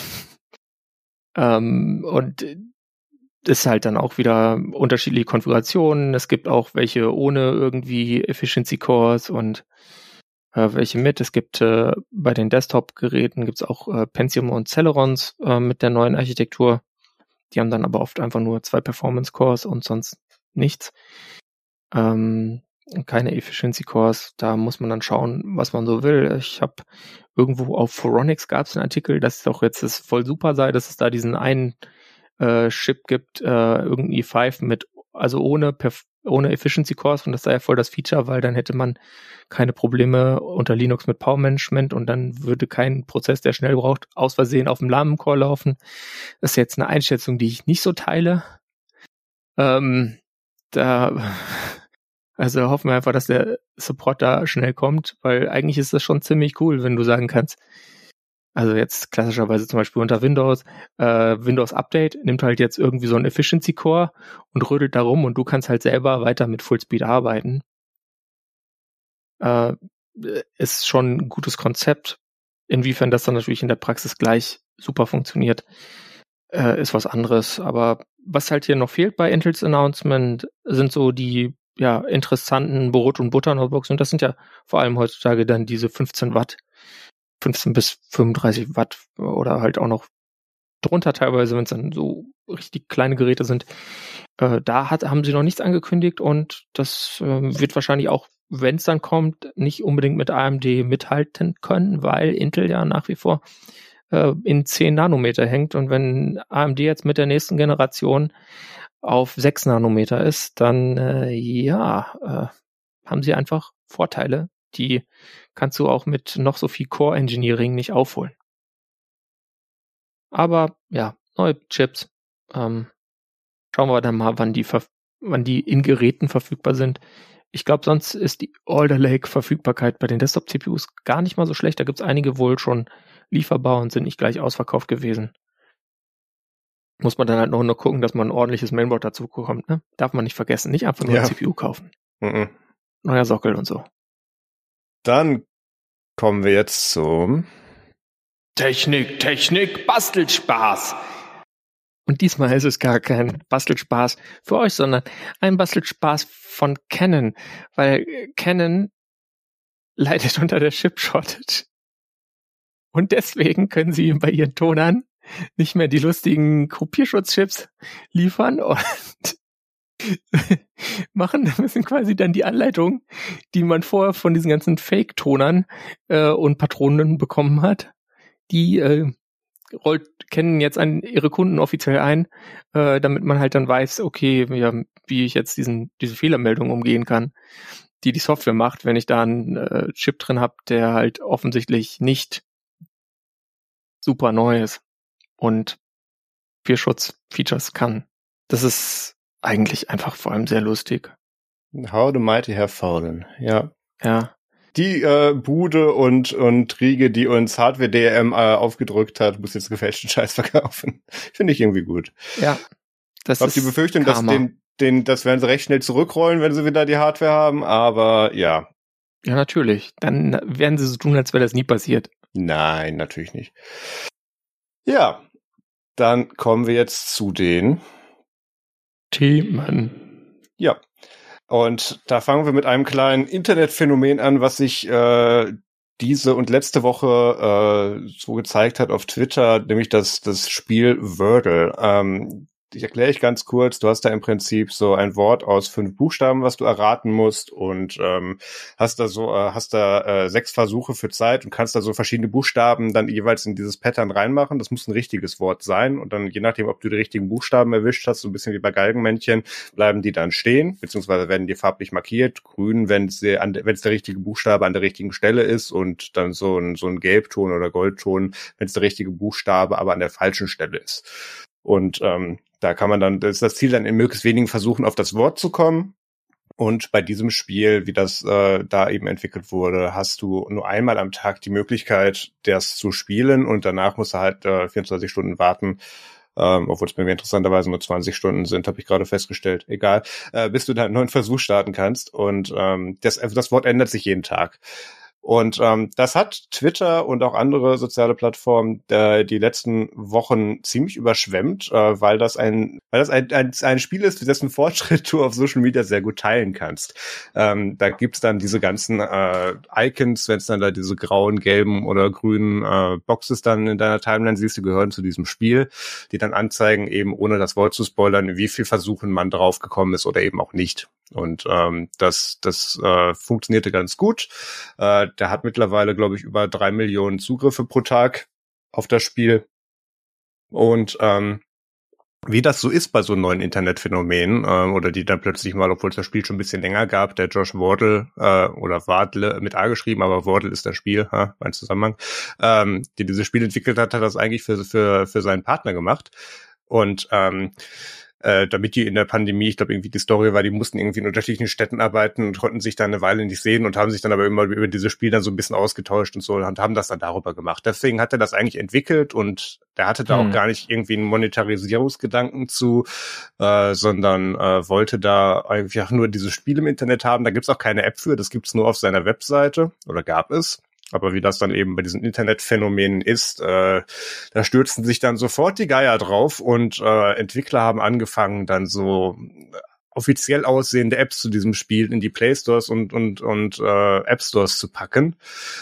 S2: ähm, und das ist halt dann auch wieder unterschiedliche Konfigurationen. Es gibt auch welche ohne irgendwie Efficiency Cores und äh, welche mit. Es gibt äh, bei den Desktop-Geräten gibt es auch äh, Pentium und Celerons äh, mit der neuen Architektur. Die haben dann aber oft einfach nur zwei Performance Cores und sonst nichts. Ähm, keine Efficiency Cores, da muss man dann schauen, was man so will. Ich habe irgendwo auf Phoronix gab es einen Artikel, dass doch jetzt es voll super sei, dass es da diesen einen äh, Chip gibt, äh, irgendein i fünf mit, also ohne Perf- ohne Efficiency Cores und das sei ja voll das Feature, weil dann hätte man keine Probleme unter Linux mit Power Management und dann würde kein Prozess, der schnell braucht, aus Versehen auf dem lahmen Core laufen. Das ist jetzt eine Einschätzung, die ich nicht so teile. Ähm, da, also hoffen wir einfach, dass der Support da schnell kommt, weil eigentlich ist das schon ziemlich cool, wenn du sagen kannst, also jetzt klassischerweise zum Beispiel unter Windows, äh, Windows Update nimmt halt jetzt irgendwie so einen Efficiency Core und rödelt da rum und du kannst halt selber weiter mit Fullspeed arbeiten. Äh, ist schon ein gutes Konzept. Inwiefern das dann natürlich in der Praxis gleich super funktioniert, äh, ist was anderes. Aber was halt hier noch fehlt bei Intels Announcement, sind so die ja interessanten Brot- und Butter-Notebooks und das sind ja vor allem heutzutage dann diese fünfzehn Watt, fünfzehn bis fünfunddreißig Watt oder halt auch noch drunter teilweise, wenn es dann so richtig kleine Geräte sind. Äh, da hat, haben sie noch nichts angekündigt und das äh, wird wahrscheinlich auch, wenn es dann kommt, nicht unbedingt mit A M D mithalten können, weil Intel ja nach wie vor äh, in zehn Nanometer hängt und wenn A M D jetzt mit der nächsten Generation auf sechs Nanometer ist, dann äh, ja, äh, haben sie einfach Vorteile, die kannst du auch mit noch so viel Core Engineering nicht aufholen. Aber ja, neue Chips. Ähm, schauen wir dann mal, wann die, verf- wann die in Geräten verfügbar sind. Ich glaube, sonst ist die Alder Lake Verfügbarkeit bei den Desktop-C P Us gar nicht mal so schlecht. Da gibt es einige wohl schon lieferbar und sind nicht gleich ausverkauft gewesen. Muss man dann halt noch nur gucken, dass man ein ordentliches Mainboard dazu bekommt. Ne? Darf man nicht vergessen. Nicht einfach nur
S1: Ja.
S2: ein C P U kaufen.
S1: Mhm.
S2: Neuer Sockel und so.
S1: Dann kommen wir jetzt zum
S2: Technik, Technik, Bastelspaß. Und diesmal ist es gar kein Bastelspaß für euch, sondern ein Bastelspaß von Canon, weil Canon leidet unter der Chip-Shortage. Und deswegen können sie bei ihren Tonern nicht mehr die lustigen Kopierschutzchips liefern und machen, da müssen quasi dann die Anleitung, die man vorher von diesen ganzen Fake-Tonern äh, und Patronen bekommen hat, die äh, rollt kennen jetzt an ihre Kunden offiziell ein, äh, damit man halt dann weiß, okay, ja, wie ich jetzt diesen diese Fehlermeldung umgehen kann, die die Software macht, wenn ich da einen äh, Chip drin habe, der halt offensichtlich nicht super neu ist und Kopierschutz-Features kann. Das ist eigentlich einfach vor allem sehr lustig.
S1: How the Mighty Have Fallen. Ja.
S2: Ja.
S1: Die äh, Bude und und Riege, die uns Hardware D R M äh, aufgedrückt hat, muss jetzt gefälschten Scheiß verkaufen. Finde ich irgendwie gut.
S2: Ja. Das
S1: ich habe
S2: ist
S1: die Befürchtung, dass den, den, das werden sie recht schnell zurückrollen, wenn sie wieder die Hardware haben, aber ja.
S2: Ja, natürlich. Dann werden sie so tun, als wäre das nie passiert.
S1: Nein, natürlich nicht. Ja, dann kommen wir jetzt zu den
S2: Themen.
S1: Ja. Und da fangen wir mit einem kleinen Internetphänomen an, was sich äh, diese und letzte Woche äh, so gezeigt hat auf Twitter, nämlich das das Spiel Wordle. Ähm, ich erkläre ich ganz kurz. Du hast da im Prinzip so ein Wort aus fünf Buchstaben, was du erraten musst und ähm, hast da so äh, hast da äh, sechs Versuche für Zeit und kannst da so verschiedene Buchstaben dann jeweils in dieses Pattern reinmachen. Das muss ein richtiges Wort sein und dann je nachdem, ob du die richtigen Buchstaben erwischt hast, so ein bisschen wie bei Galgenmännchen, bleiben die dann stehen, beziehungsweise werden die farblich markiert. Grün, wenn es wenn es der richtige Buchstabe an der richtigen Stelle ist und dann so ein so ein Gelbton oder Goldton, wenn es der richtige Buchstabe aber an der falschen Stelle ist. Und ähm, da kann man dann, das ist das Ziel, dann in möglichst wenigen Versuchen auf das Wort zu kommen. Und bei diesem Spiel, wie das äh, da eben entwickelt wurde, hast du nur einmal am Tag die Möglichkeit, das zu spielen und danach musst du halt äh, vierundzwanzig Stunden warten, ähm, obwohl es bei mir interessanterweise nur zwanzig Stunden sind, habe ich gerade festgestellt. Egal, äh, bis du dann einen neuen Versuch starten kannst. Und ähm, das, also das Wort ändert sich jeden Tag. Und ähm, das hat Twitter und auch andere soziale Plattformen äh, die letzten Wochen ziemlich überschwemmt, äh, weil das ein weil das ein, ein ein Spiel ist, dessen Fortschritt du auf Social Media sehr gut teilen kannst. Ähm, da gibt's dann diese ganzen äh, Icons, wenn es dann da diese grauen, gelben oder grünen äh, Boxes dann in deiner Timeline siehst, die gehören zu diesem Spiel, die dann anzeigen, eben ohne das Wort zu spoilern, wie viel Versuchen man drauf gekommen ist oder eben auch nicht. Und ähm, das das äh, funktionierte ganz gut. Äh, der hat mittlerweile, glaube ich, über drei Millionen Zugriffe pro Tag auf das Spiel. Und ähm, wie das so ist bei so neuen Internetphänomenen, äh, oder die dann plötzlich mal, obwohl es das Spiel schon ein bisschen länger gab, der Josh Wardle, äh, oder Wardle mit A geschrieben, aber Wardle ist das Spiel, ha, mein Zusammenhang, ähm, die dieses Spiel entwickelt hat, hat das eigentlich für, für, für seinen Partner gemacht. Und, ähm, Äh, damit die in der Pandemie, ich glaube irgendwie die Story war, die mussten irgendwie in unterschiedlichen Städten arbeiten und konnten sich dann eine Weile nicht sehen und haben sich dann aber immer über dieses Spiel dann so ein bisschen ausgetauscht und so und haben das dann darüber gemacht. Deswegen hat er das eigentlich entwickelt und der hatte da hm. auch gar nicht irgendwie einen Monetarisierungsgedanken zu, äh, sondern äh, wollte da einfach nur dieses Spiel im Internet haben. Da gibt's auch keine App für, das gibt's nur auf seiner Webseite oder gab es. Aber wie das dann eben bei diesen Internetphänomenen ist, äh, da stürzten sich dann sofort die Geier drauf und äh, Entwickler haben angefangen, dann so offiziell aussehende Apps zu diesem Spiel in die Play Stores und und und äh, App Stores zu packen.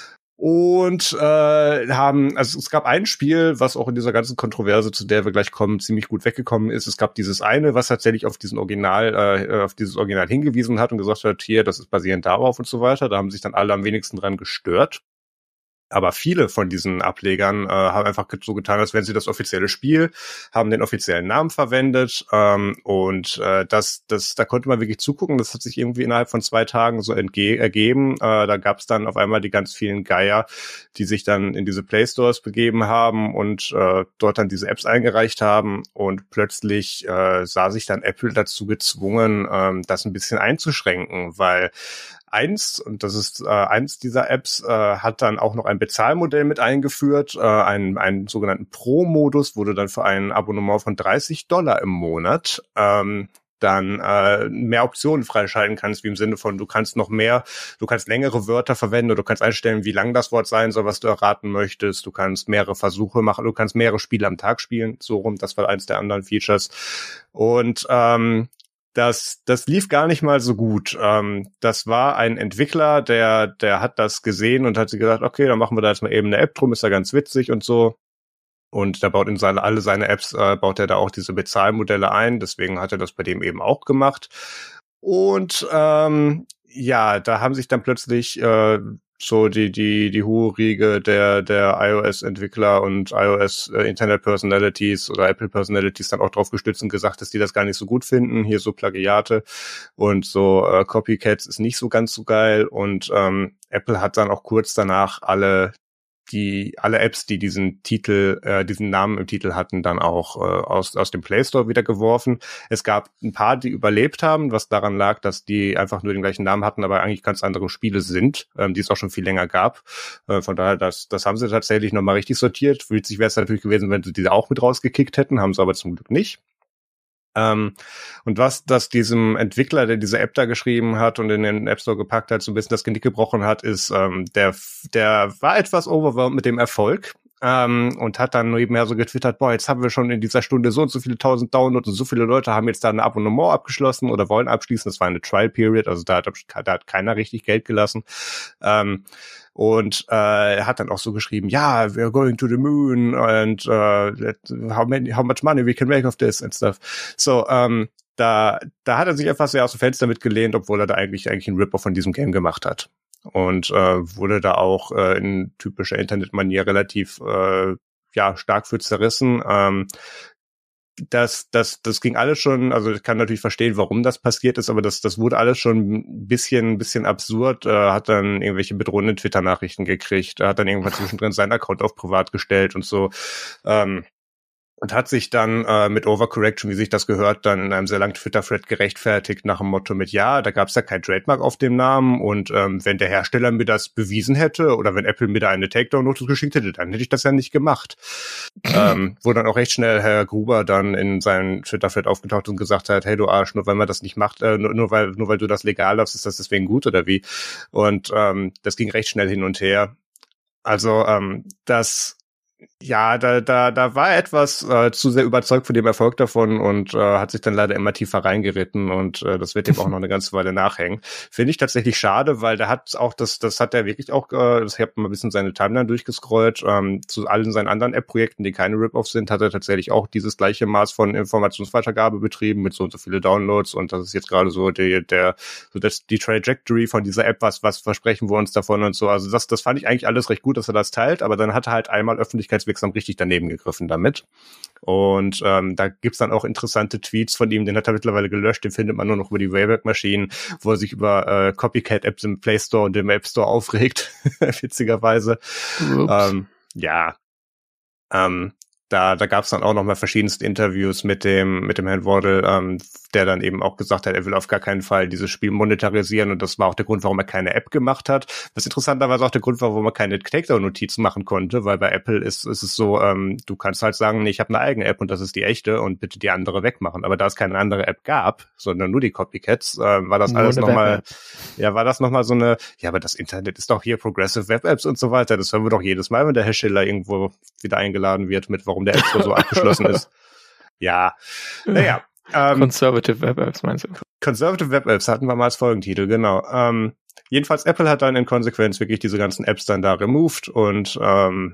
S1: Und äh, haben, also es gab ein Spiel, was auch in dieser ganzen Kontroverse, zu der wir gleich kommen, ziemlich gut weggekommen ist. Es gab dieses eine, was tatsächlich auf diesen Original, äh, auf dieses Original hingewiesen hat und gesagt hat, hier, das ist basierend darauf und so weiter. Da haben sich dann alle am wenigsten dran gestört. Aber viele von diesen Ablegern äh, haben einfach so getan, als wenn sie das offizielle Spiel, haben den offiziellen Namen verwendet ähm, und äh, das, das, da konnte man wirklich zugucken. Das hat sich irgendwie innerhalb von zwei Tagen so entge- ergeben. Äh, da gab es dann auf einmal die ganz vielen Geier, die sich dann in diese Play Stores begeben haben und äh, dort dann diese Apps eingereicht haben und plötzlich äh, sah sich dann Apple dazu gezwungen, äh, das ein bisschen einzuschränken, weil Eins, und das ist äh, eins dieser Apps, äh, hat dann auch noch ein Bezahlmodell mit eingeführt, äh, einen, einen sogenannten Pro-Modus, wo du dann für ein Abonnement von dreißig Dollar im Monat ähm, dann äh, mehr Optionen freischalten kannst, wie im Sinne von, du kannst noch mehr, du kannst längere Wörter verwenden oder du kannst einstellen, wie lang das Wort sein soll, was du erraten möchtest, du kannst mehrere Versuche machen, du kannst mehrere Spiele am Tag spielen, so rum, das war eins der anderen Features. Und ähm, Das, das lief gar nicht mal so gut. Ähm, das war ein Entwickler, der, der hat das gesehen und hat sich gesagt, okay, dann machen wir da jetzt mal eben eine App drum, ist ja ganz witzig und so. Und der baut in seine, alle seine Apps, äh, baut er da auch diese Bezahlmodelle ein. Deswegen hat er das bei dem eben auch gemacht. Und ähm, ja, da haben sich dann plötzlich äh, so die die die hohe Riege der der iOS-Entwickler und iOS-Internet-Personalities oder Apple-Personalities dann auch drauf gestützt und gesagt, dass die das gar nicht so gut finden. Hier so Plagiate und so äh, Copycats ist nicht so ganz so geil. Und ähm, Apple hat dann auch kurz danach alle die alle Apps, die diesen Titel, äh, diesen Namen im Titel hatten, dann auch äh, aus aus dem Play Store wieder geworfen. Es gab ein paar, die überlebt haben, was daran lag, dass die einfach nur den gleichen Namen hatten, aber eigentlich ganz andere Spiele sind, ähm, die es auch schon viel länger gab. Äh, von daher, das das haben sie tatsächlich nochmal richtig sortiert. Witzig wäre es natürlich gewesen, wenn sie diese auch mit rausgekickt hätten, haben sie aber zum Glück nicht. Ähm, und was das diesem Entwickler, der diese App da geschrieben hat und in den App Store gepackt hat, so ein bisschen das Genick gebrochen hat, ist, ähm, der, der war etwas overwhelmed mit dem Erfolg. Ähm, und hat dann nebenher so getwittert, boah, jetzt haben wir schon in dieser Stunde so und so viele tausend Downloads und so viele Leute haben jetzt da ein Abonnement abgeschlossen oder wollen abschließen. Das war eine Trial Period, also da hat, da hat keiner richtig Geld gelassen. Ähm, und äh, er hat dann auch so geschrieben, ja, we're going to the moon and uh, how many, how much money we can make of this and stuff. So, ähm, da, da hat er sich einfach sehr aus dem Fenster mitgelehnt, obwohl er da eigentlich eigentlich einen Rip-Off von diesem Game gemacht hat. Und äh, wurde da auch äh, in typischer Internetmanier relativ äh, ja stark für zerrissen. Ähm, das das das ging alles schon, also ich kann natürlich verstehen, warum das passiert ist, aber das das wurde alles schon ein bisschen ein bisschen absurd. Äh, hat dann irgendwelche bedrohenden Twitter-Nachrichten gekriegt, er hat dann irgendwann zwischendrin seinen Account auf privat gestellt und so. Ähm, Und hat sich dann äh, mit Overcorrection, wie sich das gehört, dann in einem sehr langen Twitter-Thread gerechtfertigt nach dem Motto mit, ja, da gab es ja kein Trademark auf dem Namen und ähm, wenn der Hersteller mir das bewiesen hätte oder wenn Apple mir da eine Takedown-Notice geschickt hätte, dann hätte ich das ja nicht gemacht. ähm, wo dann auch recht schnell Herr Gruber dann in seinen Twitter-Thread aufgetaucht und gesagt hat, hey du Arsch, nur weil man das nicht macht, äh, nur, nur weil nur weil du das legal darfst, ist das deswegen gut oder wie? Und ähm, das ging recht schnell hin und her. Also ähm, das Ja, da da da war er etwas äh, zu sehr überzeugt von dem Erfolg davon und äh, hat sich dann leider immer tiefer reingeritten und äh, das wird ihm auch noch eine ganze Weile nachhängen. Finde ich tatsächlich schade, weil der hat auch das das hat er wirklich auch, äh, das, ich habe mal ein bisschen seine Timeline durchgescrollt, ähm, zu allen seinen anderen App-Projekten, die keine Rip-Offs sind, hat er tatsächlich auch dieses gleiche Maß von Informationsweitergabe betrieben mit so und so viele Downloads und das ist jetzt gerade so die, der so das die Trajectory von dieser App, was was versprechen wir uns davon und so. Also das das fand ich eigentlich alles recht gut, dass er das teilt, aber dann hat er halt einmal öffentlich öffentlichkeitswirksam richtig daneben gegriffen damit. Und ähm, da gibt's dann auch interessante Tweets von ihm, den hat er mittlerweile gelöscht, den findet man nur noch über die Wayback-Maschinen, wo er sich über äh, Copycat-Apps im Play Store und im App Store aufregt, witzigerweise. Ähm, ja, ähm, Da, da gab es dann auch noch mal verschiedenste Interviews mit dem mit dem Herrn Wardle, ähm, der dann eben auch gesagt hat, er will auf gar keinen Fall dieses Spiel monetarisieren und das war auch der Grund, warum er keine App gemacht hat. Was interessanterweise auch der Grund war, warum er keine Takedown-Notizen machen konnte, weil bei Apple ist, ist es so, ähm, du kannst halt sagen, nee, ich habe eine eigene App und das ist die echte und bitte die andere wegmachen. Aber da es keine andere App gab, sondern nur die Copycats, äh, war das nur alles nochmal, ja, war das nochmal so eine, ja, aber das Internet ist doch hier Progressive Web Apps und so weiter. Das hören wir doch jedes Mal, wenn der Herr Schiller irgendwo wieder eingeladen wird, mit warum der App Store so abgeschlossen ist. Ja, naja. Ähm,
S2: Conservative Web Apps meinst du?
S1: Conservative Web Apps hatten wir mal als Folgentitel, genau. Ähm, jedenfalls Apple hat dann in Konsequenz wirklich diese ganzen Apps dann da removed und ähm,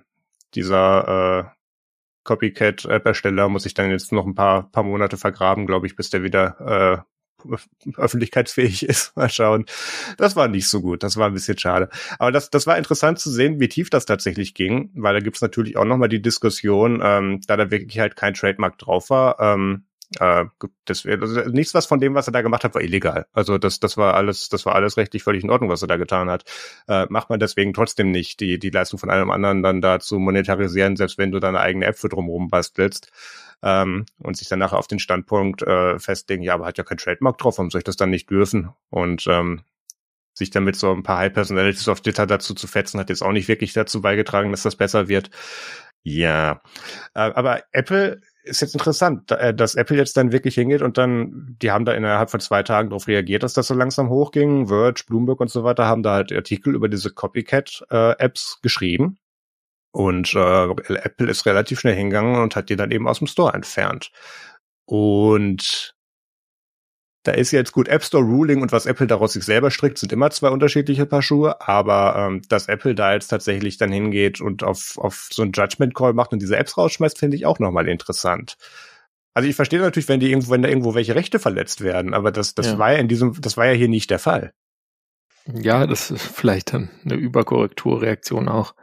S1: dieser äh, Copycat-App-Ersteller muss sich dann jetzt noch ein paar paar Monate vergraben, glaube ich, bis der wieder äh, öffentlichkeitsfähig ist. Mal schauen. Das war nicht so gut. Das war ein bisschen schade. Aber das das war interessant zu sehen, wie tief das tatsächlich ging, weil da gibt's natürlich auch nochmal die Diskussion, ähm, da da wirklich halt kein Trademark drauf war, ähm, Äh, das, also nichts, was von dem, was er da gemacht hat, war illegal. Also das, das war alles, das war alles rechtlich völlig in Ordnung, was er da getan hat. Äh, macht man deswegen trotzdem nicht, die die Leistung von einem anderen dann da zu monetarisieren, selbst wenn du deine eigene App für drumherum bastelst ähm, und sich dann nachher auf den Standpunkt äh, festlegen, ja, aber hat ja kein Trademark drauf, warum soll ich das dann nicht dürfen? Und ähm, sich damit so ein paar High Personalities auf Twitter dazu zu fetzen, hat jetzt auch nicht wirklich dazu beigetragen, dass das besser wird. Ja, äh, aber Apple ist jetzt interessant, dass Apple jetzt dann wirklich hingeht und dann, die haben da innerhalb von zwei Tagen darauf reagiert, dass das so langsam hochging. Verge, Bloomberg und so weiter haben da halt Artikel über diese Copycat-Apps geschrieben. Und äh, Apple ist relativ schnell hingegangen und hat die dann eben aus dem Store entfernt. Und da ist jetzt gut, App Store Ruling und was Apple daraus sich selber strickt, sind immer zwei unterschiedliche Paar Schuhe, aber ähm, dass Apple da jetzt tatsächlich dann hingeht und auf auf so einen Judgment Call macht und diese Apps rausschmeißt, finde ich auch nochmal interessant. Also ich verstehe natürlich, wenn die irgendwo, wenn da irgendwo welche Rechte verletzt werden, aber das das ja. war ja in diesem, das war ja hier nicht der Fall.
S2: Ja, das ist vielleicht dann eine Überkorrekturreaktion auch,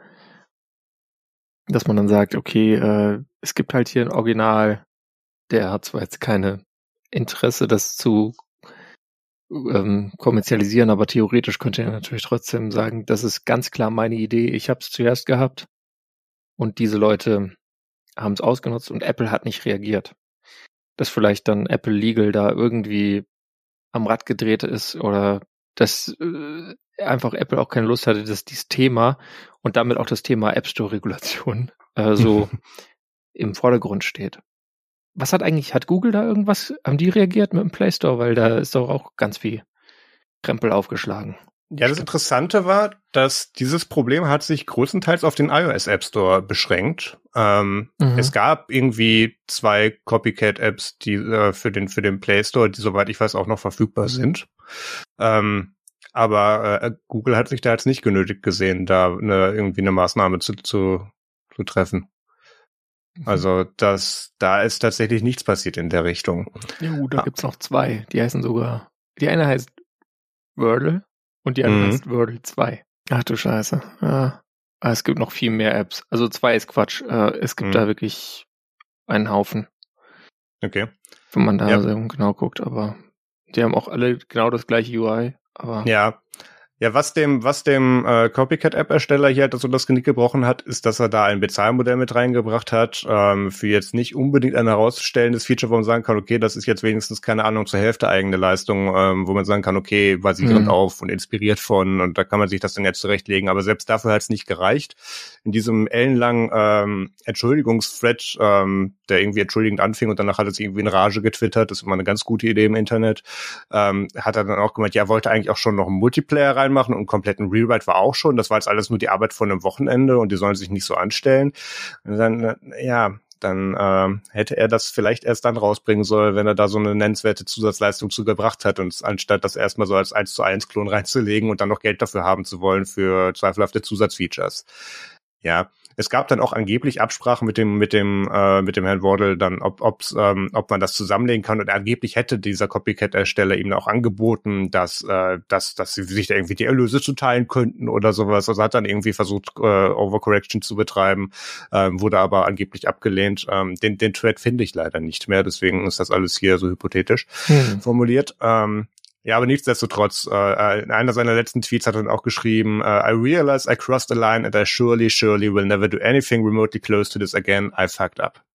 S2: dass man dann sagt, okay, äh, es gibt halt hier ein Original, der hat zwar jetzt keine Interesse, das zu ähm, kommerzialisieren, aber theoretisch könnte er natürlich trotzdem sagen, das ist ganz klar meine Idee, ich habe es zuerst gehabt und diese Leute haben es ausgenutzt und Apple hat nicht reagiert. Dass vielleicht dann Apple Legal da irgendwie am Rad gedreht ist oder dass äh, einfach Apple auch keine Lust hatte, dass dieses Thema und damit auch das Thema App Store Regulation äh, so im Vordergrund steht. Was hat eigentlich, hat Google da irgendwas, haben die reagiert mit dem Play Store? Weil da ist doch auch ganz viel Krempel aufgeschlagen.
S1: Ja, das Interessante war, dass dieses Problem hat sich größtenteils auf den iOS App Store beschränkt. Ähm, mhm. Es gab irgendwie zwei Copycat-Apps, die äh, für den für den Play Store, die soweit ich weiß auch noch verfügbar sind. Ähm, aber äh, Google hat sich da jetzt nicht genötigt gesehen, da eine, irgendwie eine Maßnahme zu, zu, zu treffen. Also das, da ist tatsächlich nichts passiert in der Richtung.
S2: Ja gut, da ah. gibt's noch zwei. Die heißen sogar, die eine heißt Wordle und die andere mhm. heißt Wordle zwei. Ach du Scheiße. Ja. Aber es gibt noch viel mehr Apps. Also zwei ist Quatsch. Es gibt mhm. da wirklich einen Haufen.
S1: Okay.
S2: Wenn man da ja. so genau guckt, aber die haben auch alle genau das gleiche U I. Aber
S1: ja. Ja, was dem, was dem äh, Copycat-App-Ersteller hier so das Genick gebrochen hat, ist, dass er da ein Bezahlmodell mit reingebracht hat, ähm, für jetzt nicht unbedingt ein herausstellendes Feature, wo man sagen kann, okay, das ist jetzt wenigstens, keine Ahnung, zur Hälfte eigene Leistung, ähm, wo man sagen kann, okay, basierend mhm. auf und inspiriert von und da kann man sich das dann jetzt zurechtlegen, aber selbst dafür hat es nicht gereicht. In diesem ellenlangen ähm, Entschuldigungsthread, ähm, der irgendwie entschuldigend anfing und danach hat er sich irgendwie in Rage getwittert, das ist immer eine ganz gute Idee im Internet, ähm, hat er dann auch gemeint, ja, er wollte eigentlich auch schon noch einen Multiplayer rein machen und einen kompletten Rewrite war auch schon. Das war jetzt alles nur die Arbeit von einem Wochenende und die sollen sich nicht so anstellen. Und dann, ja, dann äh, hätte er das vielleicht erst dann rausbringen sollen, wenn er da so eine nennenswerte Zusatzleistung zugebracht hat und anstatt das erstmal so als eins zu eins Klon reinzulegen und dann noch Geld dafür haben zu wollen für zweifelhafte Zusatzfeatures. Ja, es gab dann auch angeblich Absprachen mit dem mit dem äh, mit dem Herrn Wardle dann, ob ob's, ähm, ob man das zusammenlegen kann. Und angeblich hätte dieser Copycat-Ersteller ihm auch angeboten, dass äh, dass dass sie sich da irgendwie die Erlöse zuteilen könnten oder sowas. Also hat dann irgendwie versucht, äh, Overcorrection zu betreiben, ähm, wurde aber angeblich abgelehnt. Ähm, den den Thread finde ich leider nicht mehr, deswegen ist das alles hier so hypothetisch hm. formuliert. Ähm, Ja, aber nichtsdestotrotz, äh, in einer seiner letzten Tweets hat er dann auch geschrieben, uh, I realize I crossed a line and I surely, surely will never do anything remotely close to this again. I fucked up.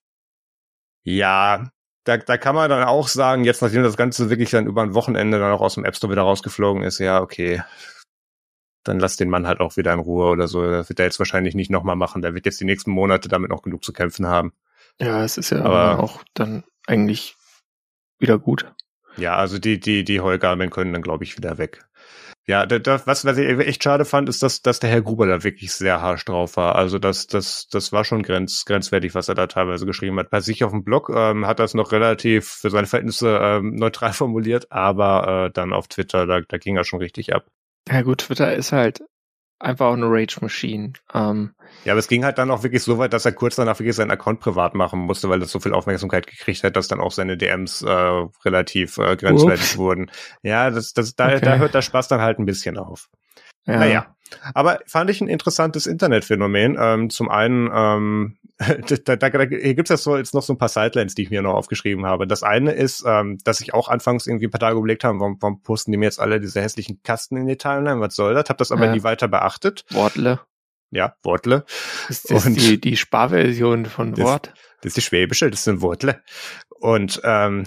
S1: Ja, da, da kann man dann auch sagen, jetzt nachdem das Ganze wirklich dann über ein Wochenende dann auch aus dem App Store wieder rausgeflogen ist, ja, okay, dann lass den Mann halt auch wieder in Ruhe oder so. Das wird er jetzt wahrscheinlich nicht nochmal machen. Der wird jetzt die nächsten Monate damit noch genug zu kämpfen haben.
S2: Ja, es ist ja aber auch dann eigentlich wieder gut.
S1: Ja, also die, die, die Heugarmen können dann, glaube ich, wieder weg. Ja, da, da, was, was ich echt schade fand, ist, dass, dass der Herr Gruber da wirklich sehr harsch drauf war. Also das, das, das war schon grenz, grenzwertig, was er da teilweise geschrieben hat. Bei sich auf dem Blog ähm, hat er es noch relativ für seine Verhältnisse ähm, neutral formuliert, aber äh, dann auf Twitter, da, da ging er schon richtig ab.
S2: Ja gut, Twitter ist halt einfach auch eine Rage-Machine. Ähm,
S1: ja, aber es ging halt dann auch wirklich so weit, dass er kurz danach wirklich seinen Account privat machen musste, weil das so viel Aufmerksamkeit gekriegt hat, dass dann auch seine D Ms äh, relativ äh, grenzwertig Ups. wurden. Ja, das, das, da, okay. da hört der Spaß dann halt ein bisschen auf. Ja. Naja, aber fand ich ein interessantes Internetphänomen. Ähm, zum einen, ähm, da, da, da, hier gibt's jetzt, so, jetzt noch so ein paar Sidelines, die ich mir noch aufgeschrieben habe. Das eine ist, ähm, dass ich auch anfangs irgendwie ein paar Tage überlegt habe, warum, warum posten die mir jetzt alle diese hässlichen Kasten in die Timeline? Was soll das? Hab das aber ja. nie weiter beachtet.
S2: Wortle.
S1: Ja, Wortle.
S2: Ist das und die, die Sparversion von
S1: das,
S2: Wort?
S1: Das ist die Schwäbische, das sind Wortle. Und, ähm,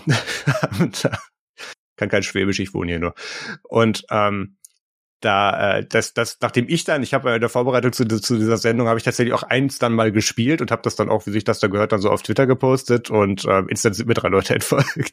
S1: kann kein Schwäbisch, ich wohne hier nur. Und, ähm, da, äh, das, das, nachdem ich dann, ich habe in der Vorbereitung zu, zu dieser Sendung, habe ich tatsächlich auch eins dann mal gespielt und habe das dann auch, wie sich das da gehört, dann so auf Twitter gepostet und ähm, instant sind mir drei Leute entfolgt.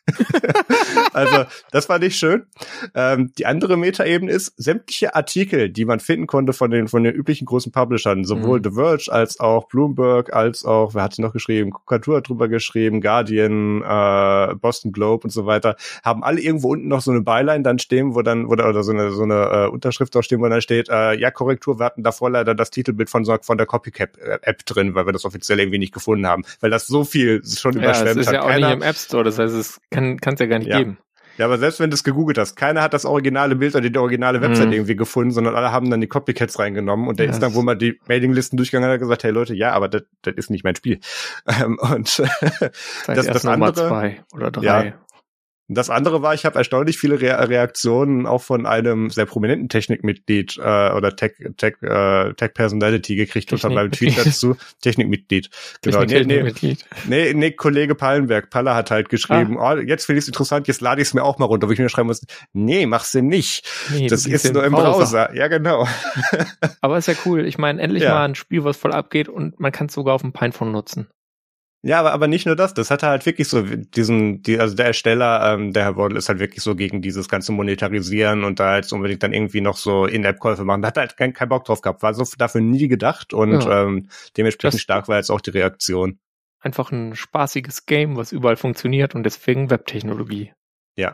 S1: Also, das fand ich schön. Ähm, die andere Metaebene ist, sämtliche Artikel, die man finden konnte von den, von den üblichen großen Publishern, sowohl mhm. The Verge als auch Bloomberg, als auch, wer hat noch geschrieben, Kokatur hat drüber geschrieben, Guardian, äh, Boston Globe und so weiter, haben alle irgendwo unten noch so eine Byline dann stehen, wo dann, oder, oder so eine, so eine äh, Unterschrift auch stehen, wo dann steht, äh, ja, Korrektur, wir hatten davor leider das Titelbild von so von der Copycat-App drin, weil wir das offiziell irgendwie nicht gefunden haben, weil das so viel schon
S2: ja,
S1: überschwemmt hat.
S2: Das ist ja auch
S1: keiner,
S2: nicht im App Store, das heißt, es kann es ja gar nicht
S1: ja.
S2: geben.
S1: Ja, aber selbst wenn du es gegoogelt hast, keiner hat das originale Bild oder die originale Website mhm. irgendwie gefunden, sondern alle haben dann die Copycats reingenommen und der yes. ist dann, wo man die Mailinglisten durchgegangen hat, gesagt, hey Leute, ja, aber das ist nicht mein Spiel. Ähm, und das, das andere,
S2: zwei oder drei.
S1: Ja, das andere war, ich habe erstaunlich viele Re- Reaktionen auch von einem sehr prominenten Technikmitglied äh, oder Tech Tech äh, Tech Personality gekriegt unter meinem Tweet dazu. Technikmitglied. Genau. Nee, nee, nee, nee, Kollege Pallenberg, Palle hat halt geschrieben, ah. oh, jetzt finde ich es interessant, jetzt lade ich es mir auch mal runter, wo ich mir schreiben muss, nee, mach's denn nicht. Nee, das ist nur im Browser. Browser. Ja, genau.
S2: Aber ist ja cool. Ich meine, endlich
S1: ja.
S2: mal ein Spiel, was voll abgeht und man kann es sogar auf dem Pinephone nutzen.
S1: Ja, aber, aber nicht nur das. Das hat halt wirklich so diesen, die, also der Ersteller, ähm, der Herr Wardle ist halt wirklich so gegen dieses ganze Monetarisieren und da jetzt unbedingt dann irgendwie noch so In-App-Käufe machen. Da hat er halt keinen kein Bock drauf gehabt. War so dafür nie gedacht und ja. ähm, dementsprechend das stark war jetzt auch die Reaktion.
S2: Einfach ein spaßiges Game, was überall funktioniert und deswegen Webtechnologie.
S1: Ja.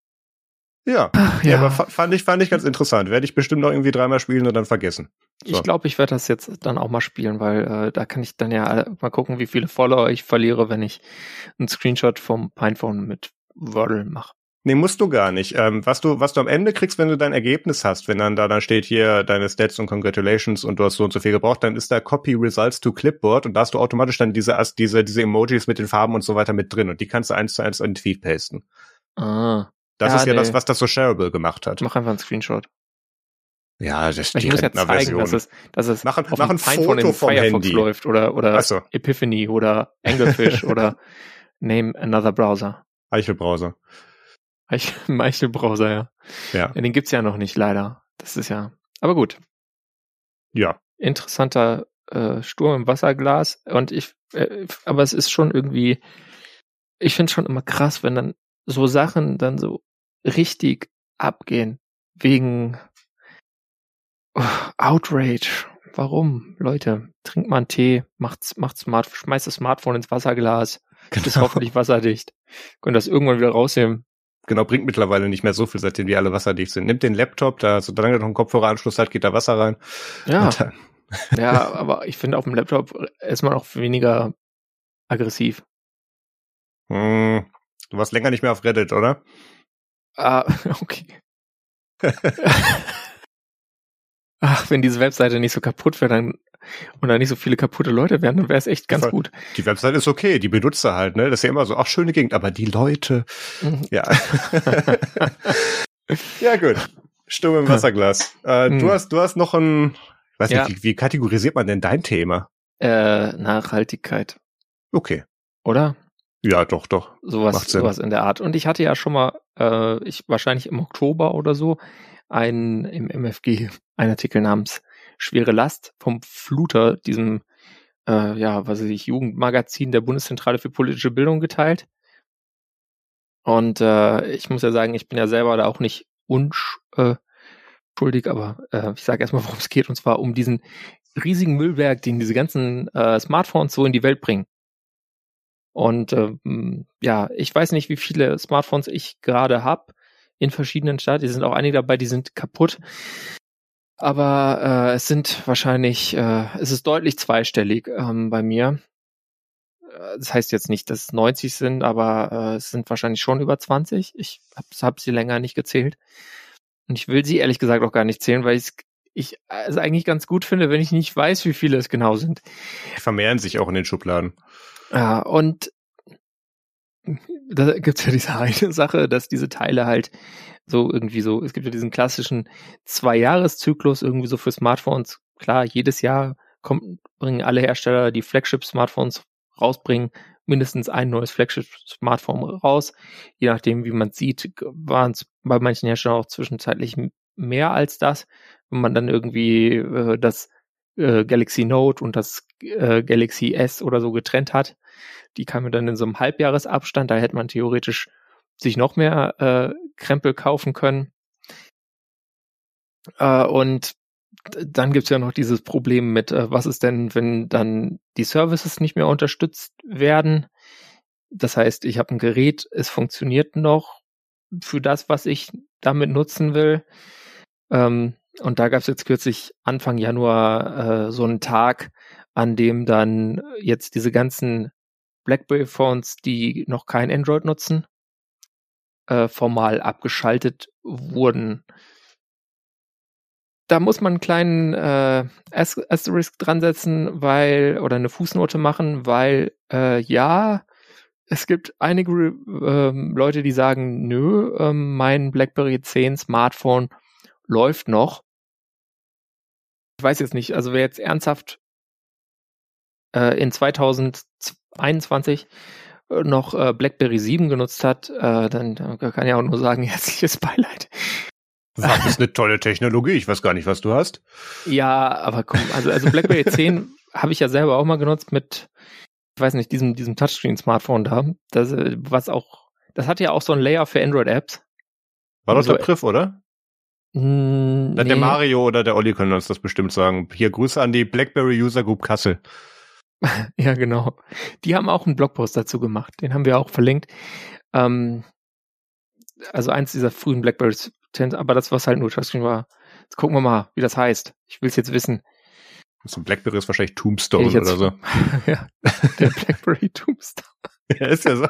S1: Ja, Ach, ja. ja, aber fand ich, fand ich ganz interessant. Werde ich bestimmt noch irgendwie dreimal spielen und dann vergessen. So.
S2: Ich glaube, ich werde das jetzt dann auch mal spielen, weil äh, da kann ich dann ja mal gucken, wie viele Follower ich verliere, wenn ich einen Screenshot vom Pinephone mit Wordle mache.
S1: Nee, musst du gar nicht. Ähm, was du, was du am Ende kriegst, wenn du dein Ergebnis hast, wenn dann da dann steht hier deine Stats und Congratulations und du hast so und so viel gebraucht, dann ist da Copy Results to Clipboard und da hast du automatisch dann diese, diese, diese Emojis mit den Farben und so weiter mit drin und die kannst du eins zu eins in den Tweet pasten.
S2: Ah.
S1: Das
S2: ja,
S1: ist ja
S2: nee.
S1: das, was das so shareable gemacht hat.
S2: Mach einfach einen Screenshot.
S1: Ja, das ist
S2: ich
S1: die
S2: muss ja zeigen, dass es, dass es
S1: mach,
S2: auf
S1: mach ein
S2: Foto
S1: Foto vom
S2: Firefox
S1: Handy
S2: läuft oder oder
S1: so.
S2: Epiphany oder Anglefish oder Name Another Browser.
S1: Eichelbrowser.
S2: Eichelbrowser, ja.
S1: ja.
S2: ja. Den gibt's ja noch nicht, leider. Das ist ja. Aber gut.
S1: Ja.
S2: Interessanter äh, Sturm im Wasserglas und ich. Äh, aber es ist schon irgendwie. Ich finde es schon immer krass, wenn dann so Sachen dann so richtig abgehen wegen oh, Outrage. Warum? Leute, trinkt mal einen Tee, macht, macht Smart, schmeißt das Smartphone ins Wasserglas, genau. Ist hoffentlich wasserdicht. Könnt das irgendwann wieder rausnehmen.
S1: Genau, bringt mittlerweile nicht mehr so viel, seitdem die alle wasserdicht sind. Nimmt den Laptop, da solange er noch einen Kopfhöreranschluss hat, geht da Wasser rein.
S2: Ja.
S1: Dann,
S2: Ja, aber ich finde, auf dem Laptop ist man auch weniger aggressiv.
S1: Hm, du warst länger nicht mehr auf Reddit, oder?
S2: Ah, okay. Ach, wenn diese Webseite nicht so kaputt wäre, dann und da nicht so viele kaputte Leute wären, dann wäre es echt ganz
S1: die,
S2: gut.
S1: Die Webseite ist okay, die Benutzer halt, ne? Das ist ja immer so, ach, schöne Gegend, aber die Leute, mhm. ja. Ja, gut. Stumm im Wasserglas. Äh, mhm. Du hast, du hast noch ein, ich weiß ja. nicht, wie, wie kategorisiert man denn dein Thema?
S2: Äh, Nachhaltigkeit.
S1: Okay.
S2: Oder?
S1: Ja, doch, doch.
S2: Sowas, sowas in der Art. Und ich hatte ja schon mal, äh, ich wahrscheinlich im Oktober oder so, einen im M F G, einen Artikel namens Schwere Last vom Fluter, diesem, äh, ja, was weiß ich, Jugendmagazin der Bundeszentrale für politische Bildung geteilt. Und äh, ich muss ja sagen, ich bin ja selber da auch nicht unschuldig, äh, aber äh, ich sage erstmal, worum es geht, und zwar um diesen riesigen Müllberg, den diese ganzen äh, Smartphones so in die Welt bringen. Und äh, ja, ich weiß nicht, wie viele Smartphones ich gerade habe in verschiedenen Stadien. Es sind auch einige dabei, die sind kaputt. Aber äh, es sind wahrscheinlich, äh, es ist deutlich zweistellig ähm, bei mir. Das heißt jetzt nicht, dass es neunzig sind, aber äh, es sind wahrscheinlich schon über zwanzig. Ich habe hab sie länger nicht gezählt. Und ich will sie ehrlich gesagt auch gar nicht zählen, weil ich ich es eigentlich ganz gut finde, wenn ich nicht weiß, wie viele es genau sind.
S1: Die vermehren sich auch in den Schubladen.
S2: Ja, und da gibt's ja diese eine Sache, dass diese Teile halt so irgendwie so, es gibt ja diesen klassischen Zwei-Jahres-Zyklus irgendwie so für Smartphones. Klar, jedes Jahr kommt, bringen alle Hersteller, die Flagship-Smartphones rausbringen, mindestens ein neues Flagship-Smartphone raus. Je nachdem, wie man sieht, waren es bei manchen Herstellern auch zwischenzeitlich mehr als das. Wenn man dann irgendwie äh, das äh, Galaxy Note und das äh, Galaxy S oder so getrennt hat, die kamen dann in so einem Halbjahresabstand, da hätte man theoretisch sich noch mehr äh, Krempel kaufen können. Äh, und dann gibt's ja noch dieses Problem mit, äh, was ist denn, wenn dann die Services nicht mehr unterstützt werden? Das heißt, ich habe ein Gerät, es funktioniert noch für das, was ich damit nutzen will. Ähm, und da gab's jetzt kürzlich Anfang Januar äh, so einen Tag, an dem dann jetzt diese ganzen BlackBerry-Phones, die noch kein Android nutzen, äh, formal abgeschaltet wurden. Da muss man einen kleinen äh, Asterisk dran setzen, weil, oder eine Fußnote machen, weil äh, ja, es gibt einige äh, Leute, die sagen, nö, äh, mein BlackBerry zehn Smartphone läuft noch. Ich weiß jetzt nicht, also wer jetzt ernsthaft äh, in zwanzig einundzwanzig noch äh, BlackBerry sieben genutzt hat, äh, dann kann ich auch nur sagen, herzliches Beileid.
S1: Das ist eine tolle Technologie. Ich weiß gar nicht, was du hast.
S2: Ja, aber komm, also, also BlackBerry zehn habe ich ja selber auch mal genutzt mit, ich weiß nicht, diesem, diesem Touchscreen-Smartphone da. Das, was auch, das hat ja auch so ein Layer für Android-Apps.
S1: War das so, der Priv, oder?
S2: Mh,
S1: nee. Der Mario oder der Olli können uns das bestimmt sagen. Hier, Grüße an die BlackBerry User Group Kassel.
S2: Ja, genau. Die haben auch einen Blogpost dazu gemacht. Den haben wir auch verlinkt. Ähm, also eins dieser frühen BlackBerry zehn, aber das, was halt nur Touchscreen war. Jetzt gucken wir mal, wie das heißt. Ich will es jetzt wissen.
S1: So ein BlackBerry ist wahrscheinlich Tombstone oder so.
S2: Ja, der BlackBerry Tombstone.
S1: Ja, ist ja so.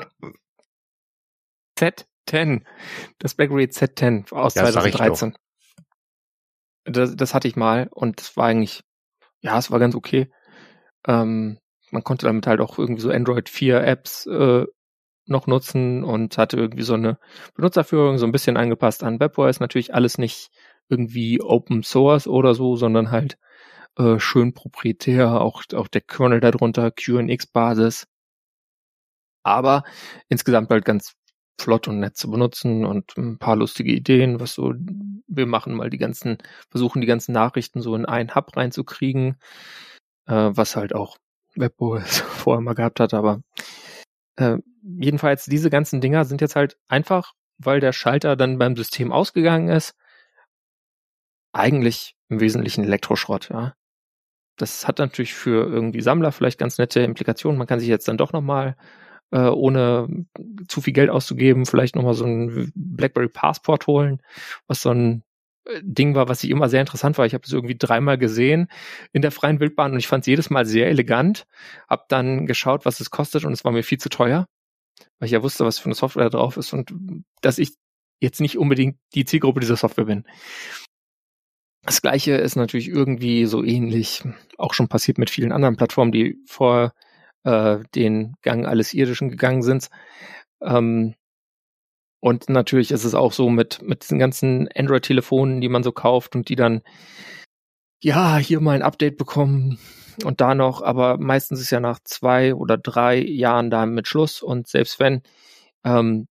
S2: Z zehn. Das BlackBerry Z zehn aus ja, zwanzig dreizehn. Das, das hatte ich mal und das war eigentlich, ja, es war ganz okay. Ähm, man konnte damit halt auch irgendwie so Android vier Apps äh, noch nutzen und hatte irgendwie so eine Benutzerführung so ein bisschen angepasst an WebOS. Natürlich alles nicht irgendwie Open Source oder so, sondern halt äh, schön proprietär, auch, auch der Kernel darunter, Q N X-Basis. Aber insgesamt halt ganz flott und nett zu benutzen und ein paar lustige Ideen, was so, wir machen mal die ganzen, versuchen die ganzen Nachrichten so in einen Hub reinzukriegen, äh, was halt auch WebOS vorher mal gehabt hat, aber äh, jedenfalls diese ganzen Dinger sind jetzt halt einfach, weil der Schalter dann beim System ausgegangen ist, eigentlich im Wesentlichen Elektroschrott, ja. Das hat natürlich für irgendwie Sammler vielleicht ganz nette Implikationen. Man kann sich jetzt dann doch nochmal, äh, ohne zu viel Geld auszugeben, vielleicht nochmal so ein BlackBerry Passport holen, was so ein Ding war, was ich immer sehr interessant war. Ich habe es irgendwie dreimal gesehen in der freien Wildbahn und ich fand es jedes Mal sehr elegant. Hab dann geschaut, was es kostet und es war mir viel zu teuer, weil ich ja wusste, was für eine Software da drauf ist und dass ich jetzt nicht unbedingt die Zielgruppe dieser Software bin. Das Gleiche ist natürlich irgendwie so ähnlich auch schon passiert mit vielen anderen Plattformen, die vor äh, den Gang alles Irdischen gegangen sind. Ähm, und natürlich ist es auch so mit mit diesen ganzen Android-Telefonen, die man so kauft und die dann ja hier mal ein Update bekommen und da noch, aber meistens ist ja nach zwei oder drei Jahren damit Schluss und selbst wenn ähm,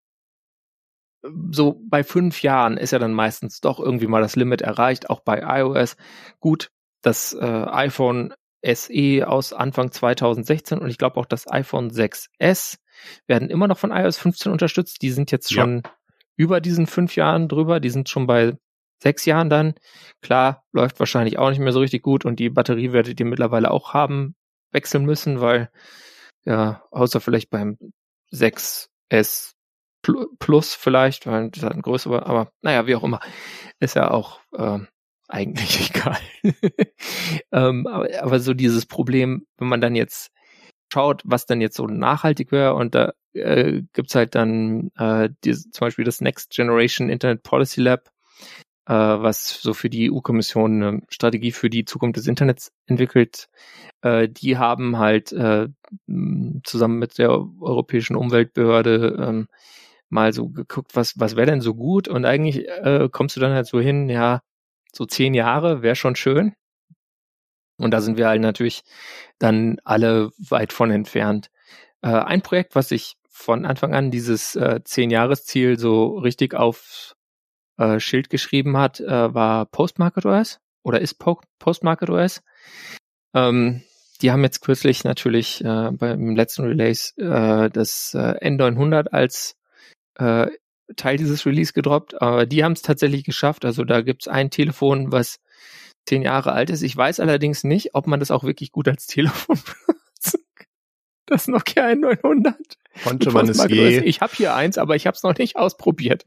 S2: so bei fünf Jahren ist ja dann meistens doch irgendwie mal das Limit erreicht, auch bei iOS. Gut, das äh, iPhone S E aus Anfang zwanzig sechzehn und ich glaube auch das iPhone sechs S werden immer noch von iOS fünfzehn unterstützt. Die sind jetzt schon ja. über diesen fünf Jahren drüber. Die sind schon bei sechs Jahren dann. Klar, läuft wahrscheinlich auch nicht mehr so richtig gut und die Batterie werdet ihr mittlerweile auch haben wechseln müssen, weil ja, außer vielleicht beim sechs S Plus vielleicht, weil das ein größerer, aber naja, wie auch immer, ist ja auch ähm, eigentlich egal. ähm, aber, aber so dieses Problem, wenn man dann jetzt schaut, was dann jetzt so nachhaltig wäre und da äh, gibt's halt dann äh, die, zum Beispiel das Next Generation Internet Policy Lab, äh, was so für die E U-Kommission eine Strategie für die Zukunft des Internets entwickelt. Äh, die haben halt äh, zusammen mit der Europäischen Umweltbehörde ähm, mal so geguckt, was was wäre denn so gut und eigentlich äh, kommst du dann halt so hin, ja, so zehn Jahre wäre schon schön und da sind wir halt natürlich dann alle weit von entfernt. Äh, ein Projekt, was ich von Anfang an dieses äh, zehn-Jahres-Ziel so richtig auf äh, Schild geschrieben hat, äh, war PostMarketOS oder ist po- PostMarketOS. Ähm, die haben jetzt kürzlich natürlich äh, beim letzten Release äh, das äh, N neunhundert als äh, Teil dieses Release gedroppt, aber die haben es tatsächlich geschafft. Also da gibt's ein Telefon, was zehn Jahre alt ist. Ich weiß allerdings nicht, ob man das auch wirklich gut als Telefon benutzt. Das Nokia N neunhundert.
S1: Konnte man es je?
S2: Ich habe hier eins, aber ich habe es noch nicht ausprobiert.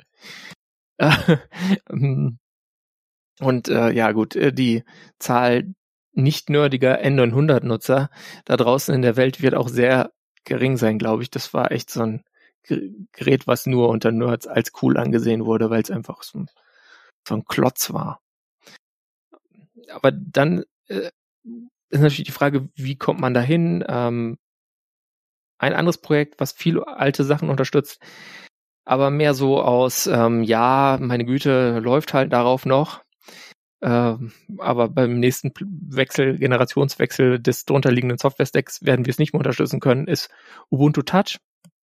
S2: Und äh, ja gut, die Zahl nicht nerdiger N neunhundert-Nutzer da draußen in der Welt wird auch sehr gering sein, glaube ich. Das war echt so ein Gerät, was nur unter Nerds als cool angesehen wurde, weil es einfach so ein, so ein Klotz war. Aber dann äh, ist natürlich die Frage, wie kommt man dahin? Ähm, ein anderes Projekt, was viele alte Sachen unterstützt, aber mehr so aus, ähm, ja, meine Güte, läuft halt darauf noch. Ähm, aber beim nächsten Wechsel, Generationswechsel des drunterliegenden Software-Stacks werden wir es nicht mehr unterstützen können, ist Ubuntu Touch.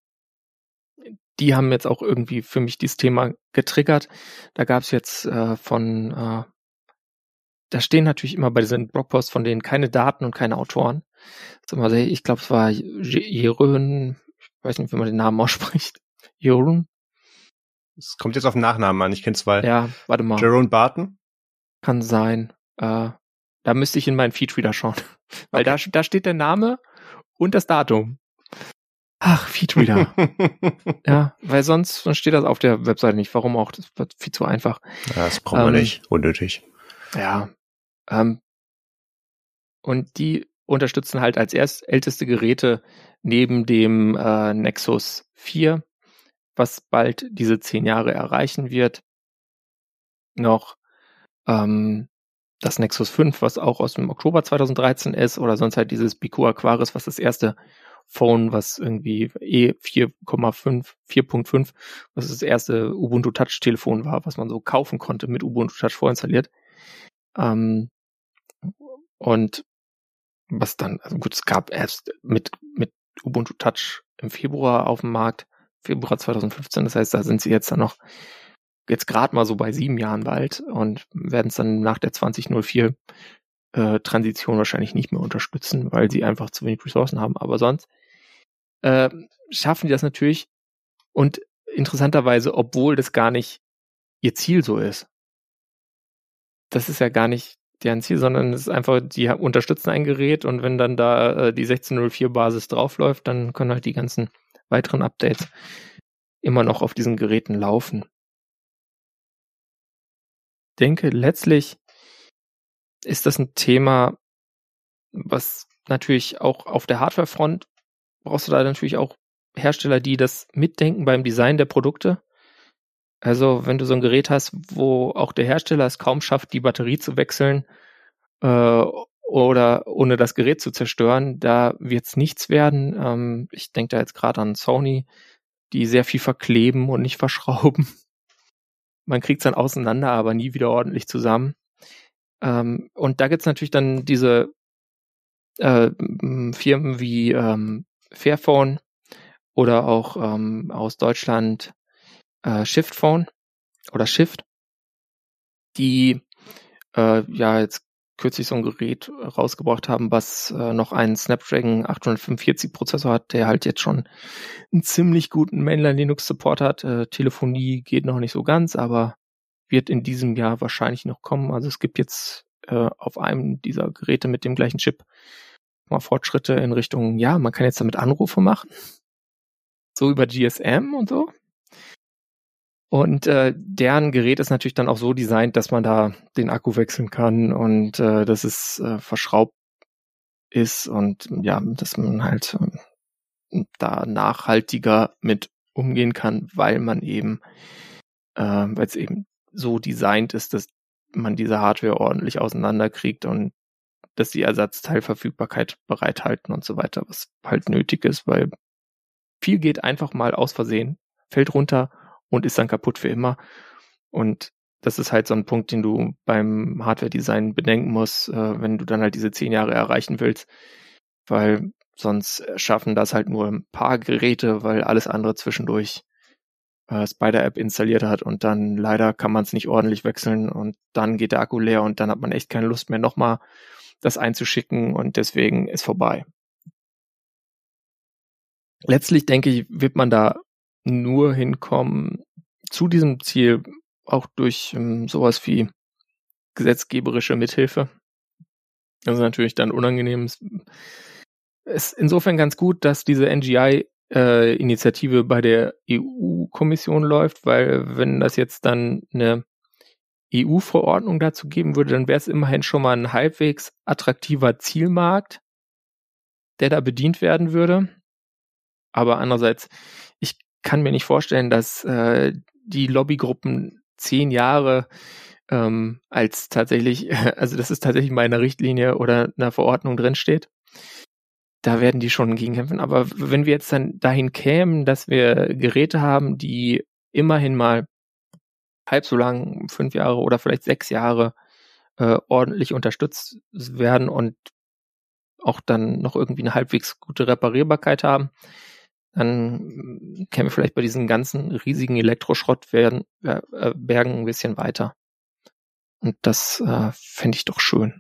S2: Die haben jetzt auch irgendwie für mich dieses Thema getriggert. Da gab es jetzt äh, von, äh, da stehen natürlich immer bei diesen Blogposts von denen keine Daten und keine Autoren. Ich glaube, es war Jeroen, ich weiß nicht, wie man den Namen ausspricht. Jeroen?
S1: Es kommt jetzt auf den Nachnamen an, ich kenne zwei.
S2: Ja, warte mal.
S1: Jeroen Barton?
S2: Kann sein. Äh, da müsste ich in meinen Feedreader schauen. Weil okay. da, da steht der Name und das Datum. Ach, Feedreader. Ja, weil sonst, sonst steht das auf der Webseite nicht. Warum auch? Das wird viel zu einfach.
S1: Ja, das brauchen wir ähm, nicht. Unnötig.
S2: Ja. Ähm, und die unterstützen halt als erst älteste Geräte neben dem äh, Nexus vier, was bald diese zehn Jahre erreichen wird, noch ähm, das Nexus fünf, was auch aus dem Oktober zweitausenddreizehn ist, oder sonst halt dieses B Q Aquaris, was das erste Phone, was irgendwie E vier Komma fünf, vier Punkt fünf, was das erste Ubuntu Touch Telefon war, was man so kaufen konnte mit Ubuntu Touch vorinstalliert. Ähm, und was dann, also gut, es gab erst mit, mit Ubuntu Touch im Februar auf dem Markt, Februar zweitausendfünfzehn, das heißt, da sind sie jetzt dann noch jetzt gerade mal so bei sieben Jahren bald und werden es dann nach der zwanzig null vier äh, Transition wahrscheinlich nicht mehr unterstützen, weil sie einfach zu wenig Ressourcen haben. Aber sonst äh, schaffen die das natürlich und interessanterweise, obwohl das gar nicht ihr Ziel so ist. Das ist ja gar nicht deren Ziel, sondern es ist einfach, die unterstützen ein Gerät und wenn dann da äh, die sechzehn null vier Basis draufläuft, dann können halt die ganzen weiteren Updates immer noch auf diesen Geräten laufen. denke, letztlich ist das ein Thema, was natürlich auch auf der Hardwarefront brauchst du da natürlich auch Hersteller, die das mitdenken beim Design der Produkte. Also wenn du so ein Gerät hast, wo auch der Hersteller es kaum schafft, die Batterie zu wechseln äh, oder ohne das Gerät zu zerstören, da wird es nichts werden. Ähm, ich denke da jetzt gerade an Sony, die sehr viel verkleben und nicht verschrauben. Man kriegt es dann auseinander, aber nie wieder ordentlich zusammen. Ähm, und da gibt es natürlich dann diese äh, Firmen wie ähm, Fairphone oder auch ähm, aus Deutschland äh, Shiftphone oder Shift, die äh, ja jetzt kürzlich so ein Gerät rausgebracht haben, was äh, noch einen Snapdragon achthundertfünfundvierzig Prozessor hat, der halt jetzt schon einen ziemlich guten Mainline-Linux-Support hat. Äh, Telefonie geht noch nicht so ganz, aber wird in diesem Jahr wahrscheinlich noch kommen. Also es gibt jetzt äh, auf einem dieser Geräte mit dem gleichen Chip mal Fortschritte in Richtung, ja, man kann jetzt damit Anrufe machen. So über G S M und so. Und äh, deren Gerät ist natürlich dann auch so designt, dass man da den Akku wechseln kann und äh, dass es äh, verschraubt ist und ja, dass man halt äh, da nachhaltiger mit umgehen kann, weil man eben, äh, weil es eben so designt ist, dass man diese Hardware ordentlich auseinanderkriegt und dass die Ersatzteilverfügbarkeit bereithalten und so weiter, was halt nötig ist, weil viel geht einfach mal aus Versehen, fällt runter und ist dann kaputt für immer. Und das ist halt so ein Punkt, den du beim Hardware-Design bedenken musst, äh, wenn du dann halt diese zehn Jahre erreichen willst, weil sonst schaffen das halt nur ein paar Geräte, weil alles andere zwischendurch äh, Spider-App installiert hat und dann leider kann man es nicht ordentlich wechseln und dann geht der Akku leer und dann hat man echt keine Lust mehr, nochmal das einzuschicken und deswegen ist vorbei. Letztlich denke ich, wird man da nur hinkommen zu diesem Ziel, auch durch ähm, sowas wie gesetzgeberische Mithilfe. Das ist natürlich dann unangenehm. Es ist insofern ganz gut, dass diese N G I-Initiative äh, bei der E U-Kommission läuft, weil wenn das jetzt dann eine E U-Verordnung dazu geben würde, dann wäre es immerhin schon mal ein halbwegs attraktiver Zielmarkt, der da bedient werden würde. Aber andererseits, ich kann mir nicht vorstellen, dass äh, die Lobbygruppen zehn Jahre ähm, als tatsächlich, also das ist tatsächlich mal in einer Richtlinie oder einer Verordnung drinsteht. Da werden die schon gegenkämpfen. Aber wenn wir jetzt dann dahin kämen, dass wir Geräte haben, die immerhin mal halb so lang, fünf Jahre oder vielleicht sechs Jahre äh, ordentlich unterstützt werden und auch dann noch irgendwie eine halbwegs gute Reparierbarkeit haben, dann kämen wir vielleicht bei diesen ganzen riesigen Elektroschrott werden, äh, Bergen ein bisschen weiter. Und das äh, fände ich doch schön.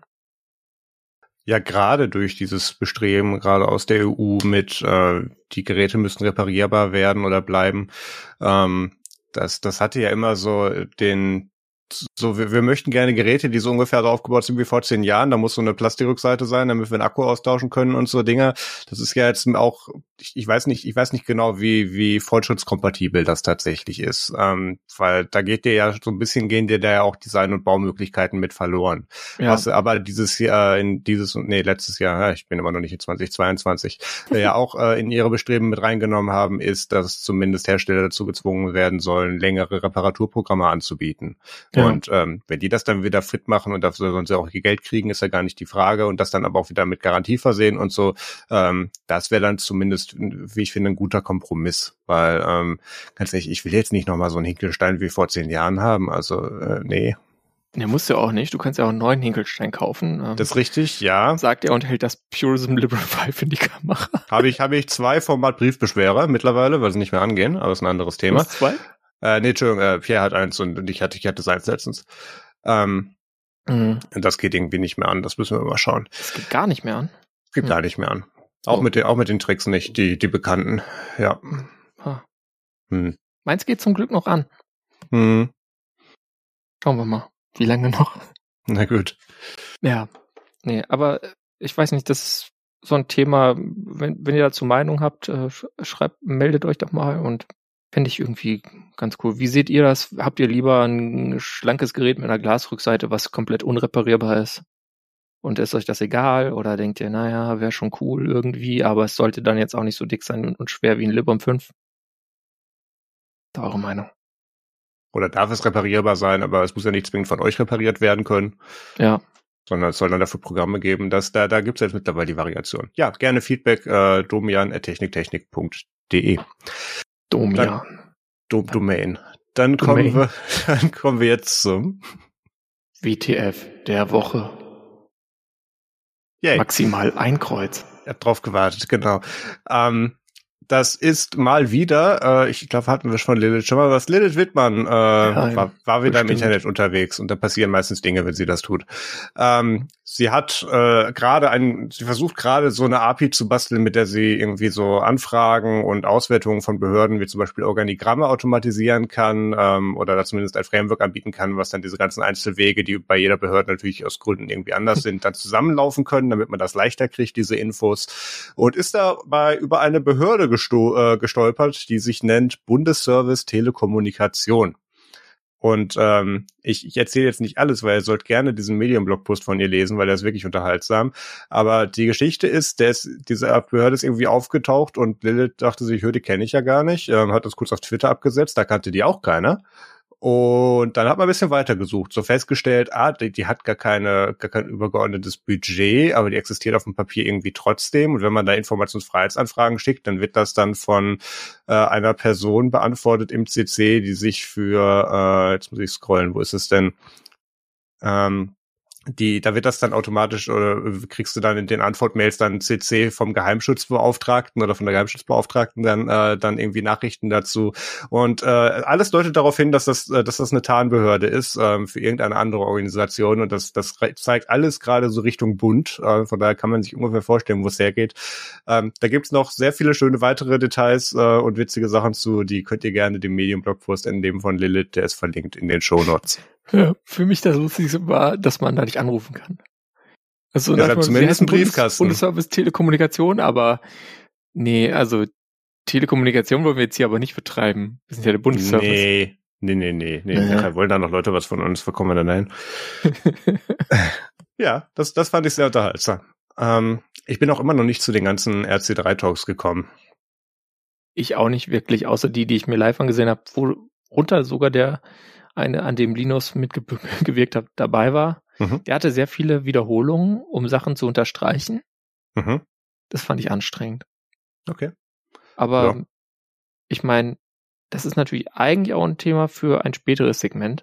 S1: Ja, gerade durch dieses Bestreben, gerade aus der E U mit, äh, die Geräte müssen reparierbar werden oder bleiben, ähm, das, das hatte ja immer so den, so, wir, wir möchten gerne Geräte, die so ungefähr so aufgebaut sind wie vor zehn Jahren. Da muss so eine Plastikrückseite sein, damit wir einen Akku austauschen können und so Dinge. Das ist ja jetzt auch, ich, ich weiß nicht, ich weiß nicht genau, wie wie fortschrittskompatibel das tatsächlich ist, ähm, weil da geht dir ja so ein bisschen gehen dir da ja auch Design- und Baumöglichkeiten mit verloren. Ja. Was aber dieses Jahr in dieses nee letztes Jahr, ja, ich bin immer noch nicht in zwanzig zweiundzwanzig, ja auch äh, in ihre Bestreben mit reingenommen haben, ist, dass zumindest Hersteller dazu gezwungen werden sollen, längere Reparaturprogramme anzubieten. Ja. Und ähm, wenn die das dann wieder fit machen und dafür sollen sie auch ihr Geld kriegen, ist ja gar nicht die Frage und das dann aber auch wieder mit Garantie versehen und so, ähm, das wäre dann zumindest, wie ich finde, ein guter Kompromiss, weil ähm, ganz ehrlich, ich will jetzt nicht nochmal so einen Hinkelstein wie vor zehn Jahren haben, also äh, nee.
S2: Ja, musst du auch nicht, du kannst ja auch einen neuen Hinkelstein kaufen. Ähm,
S1: das ist richtig, ja.
S2: Sagt er und hält das Purism Liberal Five in die Kamera.
S1: Habe ich, habe ich zwei Format Briefbeschwerer mittlerweile, weil sie nicht mehr angehen, aber ist ein anderes Thema.
S2: Du hast zwei?
S1: Äh, nee, Entschuldigung, äh, Pierre hat eins und ich hatte, ich hatte eins letztens. Ähm, mhm. Das geht irgendwie nicht mehr an, das müssen wir mal schauen.
S2: Das geht gar nicht mehr an?
S1: Das geht hm. gar nicht mehr an. Auch oh. mit den, auch mit den Tricks nicht, die, die bekannten, ja.
S2: Ah. Hm. Meins geht zum Glück noch an.
S1: Hm.
S2: Schauen wir mal, wie lange noch.
S1: Na gut.
S2: Ja, nee, aber ich weiß nicht, das ist so ein Thema, wenn, wenn ihr dazu Meinung habt, äh, schreibt, meldet euch doch mal und Fände ich irgendwie ganz cool. Wie seht ihr das? Habt ihr lieber ein schlankes Gerät mit einer Glasrückseite, was komplett unreparierbar ist? Und ist euch das egal? Oder denkt ihr, naja, wäre schon cool irgendwie, aber es sollte dann jetzt auch nicht so dick sein und schwer wie ein Librem fünf? Da eure Meinung.
S1: Oder darf es reparierbar sein, aber es muss ja nicht zwingend von euch repariert werden können.
S2: Ja.
S1: Sondern es soll dann dafür Programme geben, dass da, da gibt es jetzt mittlerweile die Variation. Ja, gerne Feedback, äh, domian at techniktechnik punkt de.
S2: Domian.
S1: Dann, Do, Domain. Dann
S2: Domain.
S1: kommen wir, dann kommen wir jetzt zum
S2: W T F der Woche.
S1: Yay.
S2: Maximal ein Kreuz.
S1: Ich hab drauf gewartet, genau. Ähm, das ist mal wieder, äh, ich glaube, hatten wir schon Lilith schon mal was. Lilith Wittmann äh, ja, war, war wieder bestimmt. Im Internet unterwegs und da passieren meistens Dinge, wenn sie das tut. Ähm, sie hat äh, gerade ein, sie versucht gerade so eine A P I zu basteln, mit der sie irgendwie so Anfragen und Auswertungen von Behörden wie zum Beispiel Organigramme automatisieren kann ähm, oder da zumindest ein Framework anbieten kann, was dann diese ganzen Einzelwege, die bei jeder Behörde natürlich aus Gründen irgendwie anders sind, dann zusammenlaufen können, damit man das leichter kriegt, diese Infos. Und ist dabei über eine Behörde gesto- äh, gestolpert, die sich nennt Bundesservice Telekommunikation. Und ähm, ich, ich erzähle jetzt nicht alles, weil ihr sollt gerne diesen Medium-Blogpost von ihr lesen, weil der ist wirklich unterhaltsam. Aber die Geschichte ist, der ist, diese Behörde ist irgendwie aufgetaucht und Lilith dachte sich, hör, die kenne ich ja gar nicht, ähm, hat das kurz auf Twitter abgesetzt, da kannte die auch keiner. Und dann hat man ein bisschen weitergesucht, so festgestellt, ah, die, die hat gar keine, gar kein übergeordnetes Budget, aber die existiert auf dem Papier irgendwie trotzdem. Und wenn man da Informationsfreiheitsanfragen schickt, dann wird das dann von äh, einer Person beantwortet im C C, die sich für, äh, jetzt muss ich scrollen, wo ist es denn? Ähm, die, da wird das dann automatisch, oder kriegst du dann in den Antwortmails dann C C vom Geheimschutzbeauftragten oder von der Geheimschutzbeauftragten dann äh, dann irgendwie Nachrichten dazu. Und äh, alles deutet darauf hin, dass das äh, dass das eine Tarnbehörde ist äh, für irgendeine andere Organisation. Und das das zeigt alles gerade so Richtung Bund. Äh, von daher kann man sich ungefähr vorstellen, wo es hergeht. Ähm, da gibt's noch sehr viele schöne weitere Details äh, und witzige Sachen zu. Die könnt ihr gerne dem Medium-Blogpost entnehmen von Lilith. Der ist verlinkt in den Shownotes.
S2: Ja, für mich das Lustigste war, dass man da nicht anrufen kann. Also
S1: ja, man, zumindest ein Briefkasten.
S2: Bundes- Bundesservice Telekommunikation, aber nee, also Telekommunikation wollen wir jetzt hier aber nicht betreiben. Wir sind ja der Bundesservice.
S1: Nee, nee, nee, nee. nee. Ja. Da wollen da noch Leute was von uns, wo kommen wir dann hin? Ja, das, das fand ich sehr unterhaltsam. Ähm, ich bin auch immer noch nicht zu den ganzen R C drei Talks gekommen.
S2: Ich auch nicht wirklich, außer die, die ich mir live angesehen habe, worunter sogar der eine, an dem Linus mitgewirkt hat, dabei war. Mhm. Der hatte sehr viele Wiederholungen, um Sachen zu unterstreichen. Mhm. Das fand ich anstrengend.
S1: Okay.
S2: Aber
S1: ja.
S2: Ich meine, das ist natürlich eigentlich auch ein Thema für ein späteres Segment.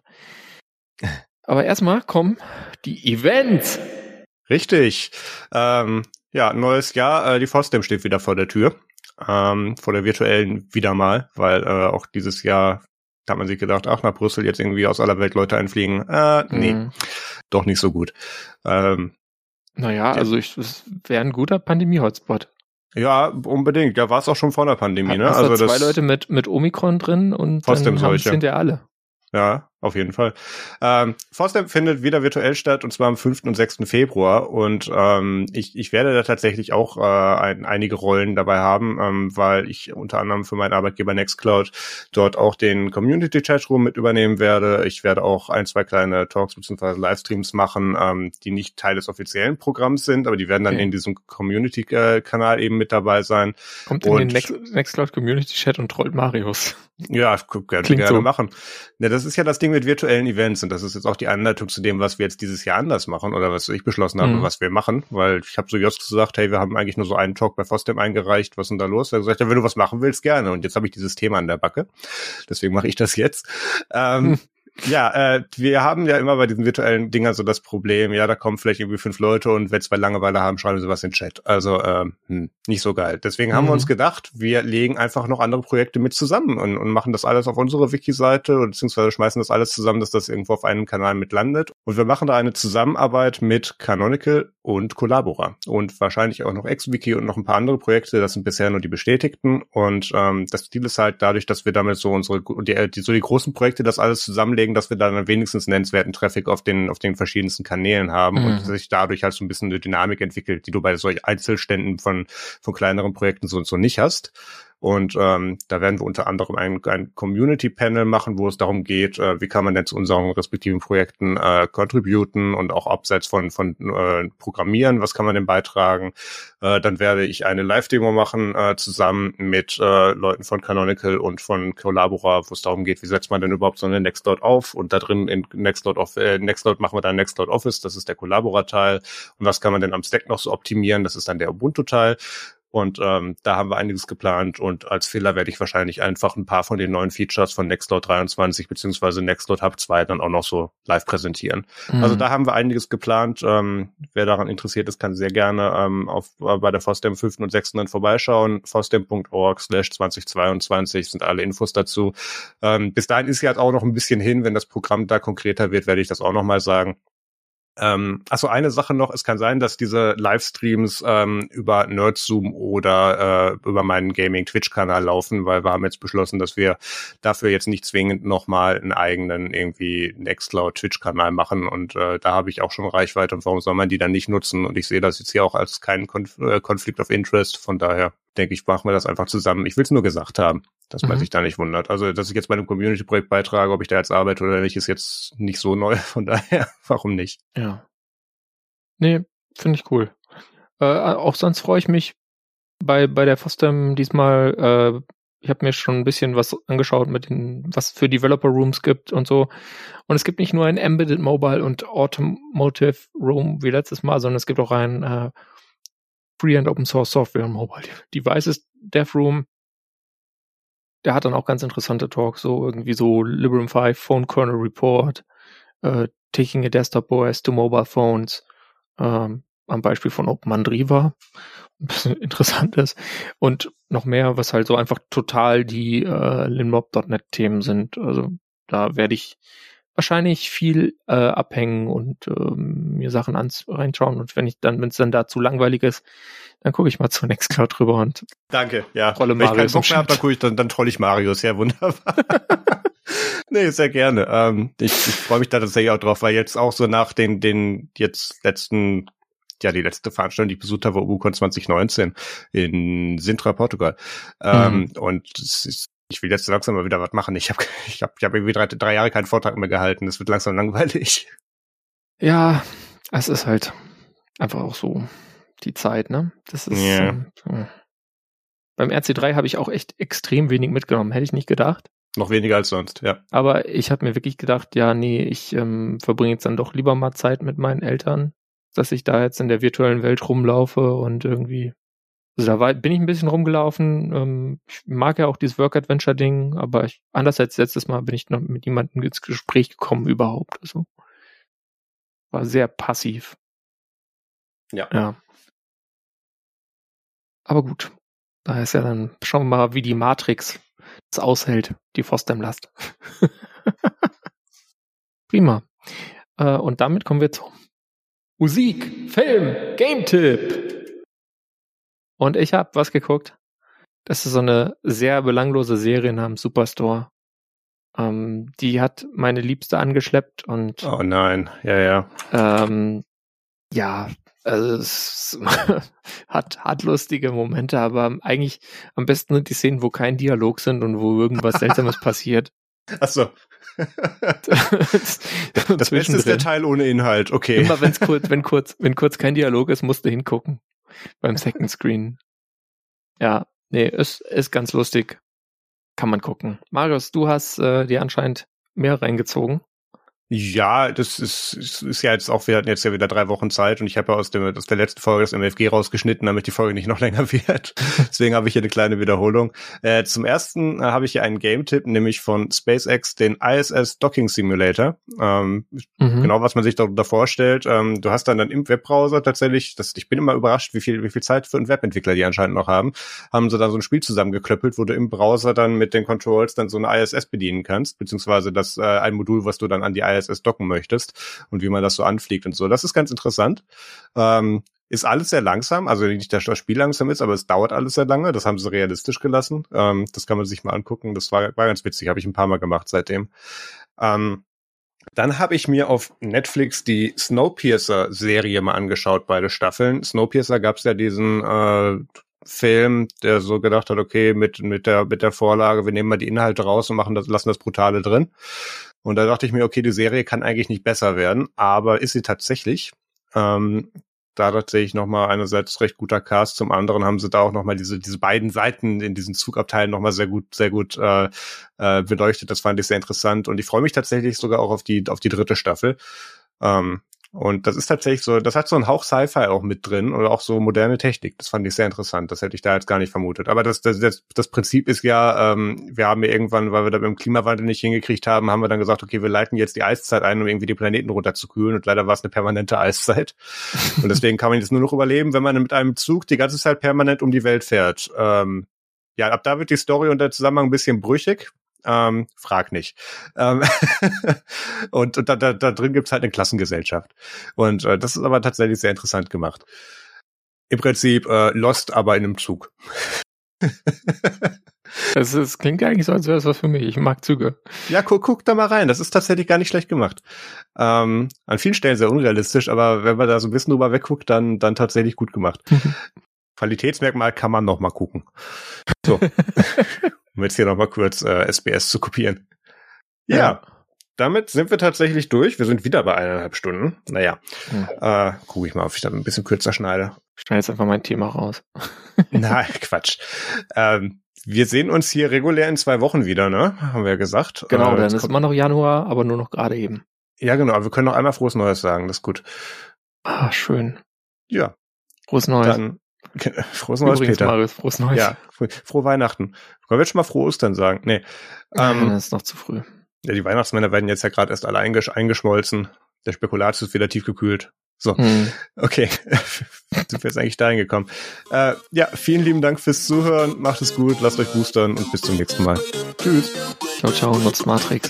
S2: Aber erstmal kommen die Events.
S1: Richtig. Ähm, ja, neues Jahr. Äh, die FOSDEM steht wieder vor der Tür. Ähm, vor der virtuellen wieder mal, weil äh, auch dieses Jahr da hat man sich gedacht, ach, nach Brüssel jetzt irgendwie aus aller Welt Leute einfliegen. Äh, nee, mhm. doch nicht so gut. Ähm,
S2: naja, also ich, das wäre ein guter Pandemie-Hotspot.
S1: Ja, unbedingt. Ja, war es auch schon vor der Pandemie, ne?
S2: Hast
S1: also
S2: da zwei
S1: das
S2: Leute mit mit Omikron drin und dann haben es hinterher alle.
S1: Ja, auf jeden Fall. Ähm, FOSDEM findet wieder virtuell statt, und zwar am fünften und sechsten Februar. Und ähm, ich, ich werde da tatsächlich auch äh, ein, einige Rollen dabei haben, ähm, weil ich unter anderem für meinen Arbeitgeber Nextcloud dort auch den Community-Chatroom mit übernehmen werde. Ich werde auch ein, zwei kleine Talks bzw. Livestreams machen, ähm, die nicht Teil des offiziellen Programms sind, aber die werden dann okay. in diesem Community-Kanal eben mit dabei sein.
S2: Kommt in den Next, Nextcloud Community-Chat und trollt Marius.
S1: Ja, gerne, gerne so. machen. Ja, das ist ja das Ding mit virtuellen Events, und das ist jetzt auch die Anleitung zu dem, was wir jetzt dieses Jahr anders machen oder was ich beschlossen habe, mhm. was wir machen, weil ich habe so Jost gesagt, hey, wir haben eigentlich nur so einen Talk bei FOSDEM eingereicht, was ist denn da los? Er hat gesagt, ja, wenn du was machen willst, gerne, und jetzt habe ich dieses Thema an der Backe, deswegen mache ich das jetzt. Ähm, mhm. Ja, äh, wir haben ja immer bei diesen virtuellen Dingern so das Problem, ja, da kommen vielleicht irgendwie fünf Leute und wenn zwei Langeweile haben, schreiben sie was in den Chat. Also ähm, hm, nicht so geil. Deswegen mhm. haben wir uns gedacht, wir legen einfach noch andere Projekte mit zusammen und, und machen das alles auf unsere Wiki-Seite, beziehungsweise schmeißen das alles zusammen, dass das irgendwo auf einem Kanal mit landet. Und wir machen da eine Zusammenarbeit mit Canonical und Collabora und wahrscheinlich auch noch XWiki und noch ein paar andere Projekte. Das sind bisher nur die bestätigten. Und ähm, das Ziel ist halt dadurch, dass wir damit so unsere die, die, so die großen Projekte das alles zusammenlegen, dass wir dann wenigstens nennenswerten Traffic auf den auf den verschiedensten Kanälen haben mhm. und sich dadurch halt so ein bisschen eine Dynamik entwickelt, die du bei solchen Einzelständen von von kleineren Projekten so und so nicht hast. Und ähm, da werden wir unter anderem ein, ein Community-Panel machen, wo es darum geht, äh, wie kann man denn zu unseren respektiven Projekten äh, contributen und auch abseits von von äh, Programmieren, was kann man denn beitragen. Äh, dann werde ich eine Live-Demo machen, äh, zusammen mit äh, Leuten von Canonical und von Collabora, wo es darum geht, wie setzt man denn überhaupt so eine Nextcloud auf, und da drin in Nextcloud, auf, äh, Nextcloud machen wir dann Nextcloud Office, das ist der Collabora-Teil, und was kann man denn am Stack noch so optimieren, das ist dann der Ubuntu-Teil. Und ähm, da haben wir einiges geplant, und als Fehler werde ich wahrscheinlich einfach ein paar von den neuen Features von Nextcloud dreiundzwanzig beziehungsweise Nextcloud Hub zwei dann auch noch so live präsentieren. Mhm. Also da haben wir einiges geplant. Ähm, wer daran interessiert ist, kann sehr gerne ähm, auf äh, bei der FOSDEM am fünften und sechsten dann vorbeischauen. fosdem.org slash zwanzig zweiundzwanzig sind alle Infos dazu. Ähm, bis dahin ist ja jetzt auch noch ein bisschen hin. Wenn das Programm da konkreter wird, werde ich das auch noch mal sagen. Ähm, achso, eine Sache noch, es kann sein, dass diese Livestreams ähm, über Nerdzoom oder äh, über meinen Gaming-Twitch-Kanal laufen, weil wir haben jetzt beschlossen, dass wir dafür jetzt nicht zwingend nochmal einen eigenen irgendwie Nextcloud-Twitch-Kanal machen, und äh, da habe ich auch schon Reichweite, und warum soll man die dann nicht nutzen? Und ich sehe das jetzt hier auch als keinen Konf- äh, Conflict of Interest, von daher denke ich, machen wir das einfach zusammen. Ich will es nur gesagt haben, dass man mhm. sich da nicht wundert. Also, dass ich jetzt bei einem Community-Projekt beitrage, ob ich da jetzt arbeite oder nicht, ist jetzt nicht so neu. Von daher, warum nicht?
S2: Ja. Nee, finde ich cool. Äh, auch sonst freue ich mich bei bei der FOSDEM diesmal. Äh, ich habe mir schon ein bisschen was angeschaut, mit den, was für Developer Rooms gibt und so. Und es gibt nicht nur ein Embedded Mobile und Automotive Room wie letztes Mal, sondern es gibt auch ein äh, Free and Open Source Software und Mobile Devices Dev Room. Der hat dann auch ganz interessante Talks, so irgendwie so Librem fünf, Phone Kernel Report, äh, Taking a Desktop O S to Mobile Phones, ähm, am Beispiel von OpenMandriva, ein bisschen interessant ist, und noch mehr, was halt so einfach total die äh, linmob Punkt net Themen sind. Also da werde ich wahrscheinlich viel äh, abhängen und ähm, mir Sachen ans reinschauen, und wenn ich dann, wenn es dann da zu langweilig ist, dann gucke ich mal zu Nextcloud drüber und
S1: danke, ja.
S2: trolle
S1: Wenn
S2: Marius.
S1: ich keinen Bock mehr habe, dann gucke ich, dann, dann troll ich Marius, ja, wunderbar. Nee, sehr gerne. Ähm, ich ich freue mich da tatsächlich auch drauf, weil jetzt auch so nach den den jetzt letzten, ja, die letzte Veranstaltung, die ich besucht habe, war UbuCon zwanzig neunzehn in Sintra, Portugal. Ähm, mhm. Und es ist, ich will jetzt langsam mal wieder was machen. Ich habe ich hab, ich hab irgendwie drei, drei Jahre keinen Vortrag mehr gehalten. Das wird langsam langweilig.
S2: Ja, es ist halt einfach auch so die Zeit, ne? Das ist
S1: yeah.
S2: ähm, so. Beim R C drei habe ich auch echt extrem wenig mitgenommen. Hätte ich nicht gedacht.
S1: Noch weniger als sonst, ja.
S2: Aber ich habe mir wirklich gedacht, ja, nee, ich ähm, verbringe jetzt dann doch lieber mal Zeit mit meinen Eltern, dass ich da jetzt in der virtuellen Welt rumlaufe und irgendwie, also da war, bin ich ein bisschen rumgelaufen. Ähm, ich mag ja auch dieses Work-Adventure-Ding, aber ich, anders als letztes Mal bin ich noch mit jemandem ins Gespräch gekommen überhaupt. Also war sehr passiv.
S1: Ja.
S2: Ja. Aber gut, da ist ja dann, schauen wir mal, wie die Matrix es aushält, die FOSDEM-Last. Prima. Äh, und damit kommen wir zu Musik, Film, Game-Tipp. Und ich habe was geguckt. Das ist so eine sehr belanglose Serie namens Superstore. Ähm, die hat meine Liebste angeschleppt und
S1: oh nein, ja, ja.
S2: Ähm, ja, also es hat, hat lustige Momente, aber eigentlich am besten sind die Szenen, wo kein Dialog sind und wo irgendwas Seltsames passiert.
S1: Ach so. das das Beste ist der Teil ohne Inhalt, okay.
S2: Immer wenn's kurz, wenn kurz, wenn kurz kein Dialog ist, musst du hingucken. Beim Second Screen. Ja, nee, ist, ist ganz lustig. Kann man gucken. Marius, du hast äh, dir anscheinend mehr reingezogen.
S1: Ja, das ist, ist, ist ja jetzt auch, wir hatten jetzt ja wieder drei Wochen Zeit, und ich habe ja aus, dem, aus der letzten Folge das M F G rausgeschnitten, damit die Folge nicht noch länger wird. Deswegen habe ich hier eine kleine Wiederholung. Äh, zum ersten äh, habe ich hier einen Game-Tipp, nämlich von SpaceX, den I S S Docking Simulator. Ähm, mhm. Genau, was man sich darunter vorstellt. Ähm, du hast dann dann im Webbrowser tatsächlich, das, ich bin immer überrascht, wie viel, wie viel Zeit für einen Webentwickler die anscheinend noch haben, haben sie da so ein Spiel zusammengeklöppelt, wo du im Browser dann mit den Controls dann so eine I S S bedienen kannst, beziehungsweise das äh, ein Modul, was du dann an die I S S docken möchtest und wie man das so anfliegt und so. Das ist ganz interessant. Ähm, ist alles sehr langsam, also nicht, dass das Spiel langsam ist, aber es dauert alles sehr lange. Das haben sie realistisch gelassen. Ähm, das kann man sich mal angucken. Das war, war ganz witzig, habe ich ein paar Mal gemacht seitdem. Ähm, Dann habe ich mir auf Netflix die Snowpiercer-Serie mal angeschaut, beide Staffeln. Snowpiercer gab es ja diesen äh, Film, der so gedacht hat, okay, mit mit der mit der Vorlage, wir nehmen mal die Inhalte raus und machen das, lassen das Brutale drin. Und da dachte ich mir, okay, die Serie kann eigentlich nicht besser werden, aber ist sie tatsächlich. Ähm, da tatsächlich nochmal einerseits recht guter Cast, zum anderen haben sie da auch nochmal diese diese beiden Seiten in diesen Zugabteilen nochmal sehr gut sehr gut äh, äh, beleuchtet. Das fand ich sehr interessant und ich freue mich tatsächlich sogar auch auf die auf die dritte Staffel. Ähm, und das ist tatsächlich so, das hat so einen Hauch Sci-Fi auch mit drin oder auch so moderne Technik. Das fand ich sehr interessant. Das hätte ich da jetzt gar nicht vermutet. Aber das das das, das Prinzip ist ja, ähm, wir haben ja irgendwann, weil wir da beim Klimawandel nicht hingekriegt haben, haben wir dann gesagt, okay, wir leiten jetzt die Eiszeit ein, um irgendwie die Planeten runterzukühlen. Und leider war es eine permanente Eiszeit. Und deswegen kann man jetzt nur noch überleben, wenn man mit einem Zug die ganze Zeit permanent um die Welt fährt. Ähm, ja, ab da wird die Story und der Zusammenhang ein bisschen brüchig. Ähm, frag nicht. Ähm und und da, da, da drin gibt's halt eine Klassengesellschaft. Und äh, das ist aber tatsächlich sehr interessant gemacht. Im Prinzip äh, Lost, aber in einem Zug.
S2: Es, es klingt eigentlich so, als wäre es was für mich. Ich mag Züge.
S1: Ja, guck, guck da mal rein. Das ist tatsächlich gar nicht schlecht gemacht. Ähm, an vielen Stellen sehr unrealistisch, aber wenn man da so ein bisschen drüber wegguckt, dann dann tatsächlich gut gemacht. Qualitätsmerkmal kann man noch mal gucken. So. Um jetzt hier nochmal kurz äh, S B S zu kopieren. Ja, ja, damit sind wir tatsächlich durch. Wir sind wieder bei eineinhalb Stunden. Naja, hm. äh, gucke ich mal, ob ich das ein bisschen kürzer schneide.
S2: Ich schneide jetzt einfach mein Thema raus.
S1: Nein, Quatsch. Ähm, wir sehen uns hier regulär in zwei Wochen wieder, ne? Haben wir ja gesagt.
S2: Genau,
S1: äh,
S2: dann ist immer noch Januar, aber nur noch gerade eben.
S1: Ja, genau. Wir können noch einmal frohes Neues sagen. Das ist gut.
S2: Ah, schön.
S1: Ja.
S2: Frohes Neues.
S1: Dann frohes Neues,
S2: Übrigens,
S1: Peter.
S2: Marius, frohes Neues.
S1: Ja, frohe Weihnachten. Können wir jetzt schon mal frohe Ostern sagen? Nee.
S2: Ähm, das ist noch zu früh.
S1: Ja, die Weihnachtsmänner werden jetzt ja gerade erst alle eingesch- eingeschmolzen. Der Spekulatius ist wieder tiefgekühlt. So, hm. Okay. Sind wir jetzt eigentlich dahin gekommen. Äh, ja, vielen lieben Dank fürs Zuhören. Macht es gut, lasst euch boostern und bis zum nächsten Mal. Tschüss.
S2: Ciao, ciao, nutzt Matrix.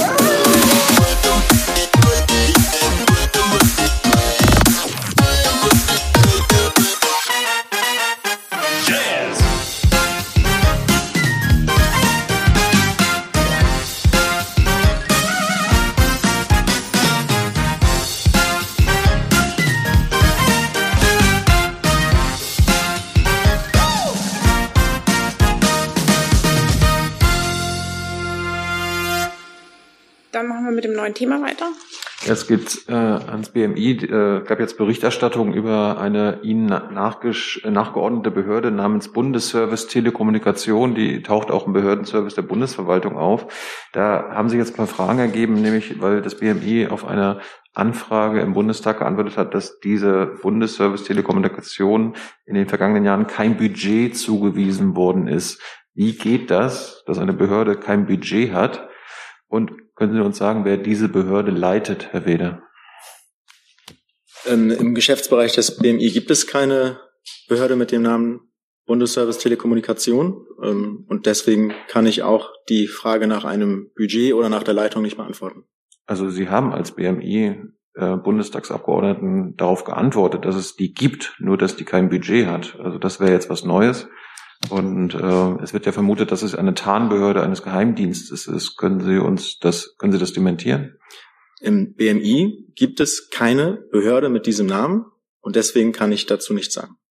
S3: Dann machen wir mit dem neuen Thema weiter.
S4: Es geht äh, ans B M I. Äh, gab jetzt Berichterstattung über eine ihnen nachgesch- nachgeordnete Behörde namens Bundesservice Telekommunikation. Die taucht auch im Behördenservice der Bundesverwaltung auf. Da haben sich jetzt ein paar Fragen ergeben, nämlich weil das B M I auf eine Anfrage im Bundestag geantwortet hat, dass diese Bundesservice Telekommunikation in den vergangenen Jahren kein Budget zugewiesen worden ist. Wie geht das, dass eine Behörde kein Budget hat? Und können Sie uns sagen, wer diese Behörde leitet, Herr Weder?
S5: Ähm, Im Geschäftsbereich des B M I gibt es keine Behörde mit dem Namen Bundesservice Telekommunikation. Ähm, und deswegen kann ich auch die Frage nach einem Budget oder nach der Leitung nicht beantworten.
S4: Also Sie haben als B M I äh, Bundestagsabgeordneten darauf geantwortet, dass es die gibt, nur dass die kein Budget hat. Also das wäre jetzt was Neues. Und äh, es wird ja vermutet, dass es eine Tarnbehörde eines Geheimdienstes ist. Können Sie uns das, können Sie das dementieren?
S5: Im B M I gibt es keine Behörde mit diesem Namen und deswegen kann ich dazu nichts sagen.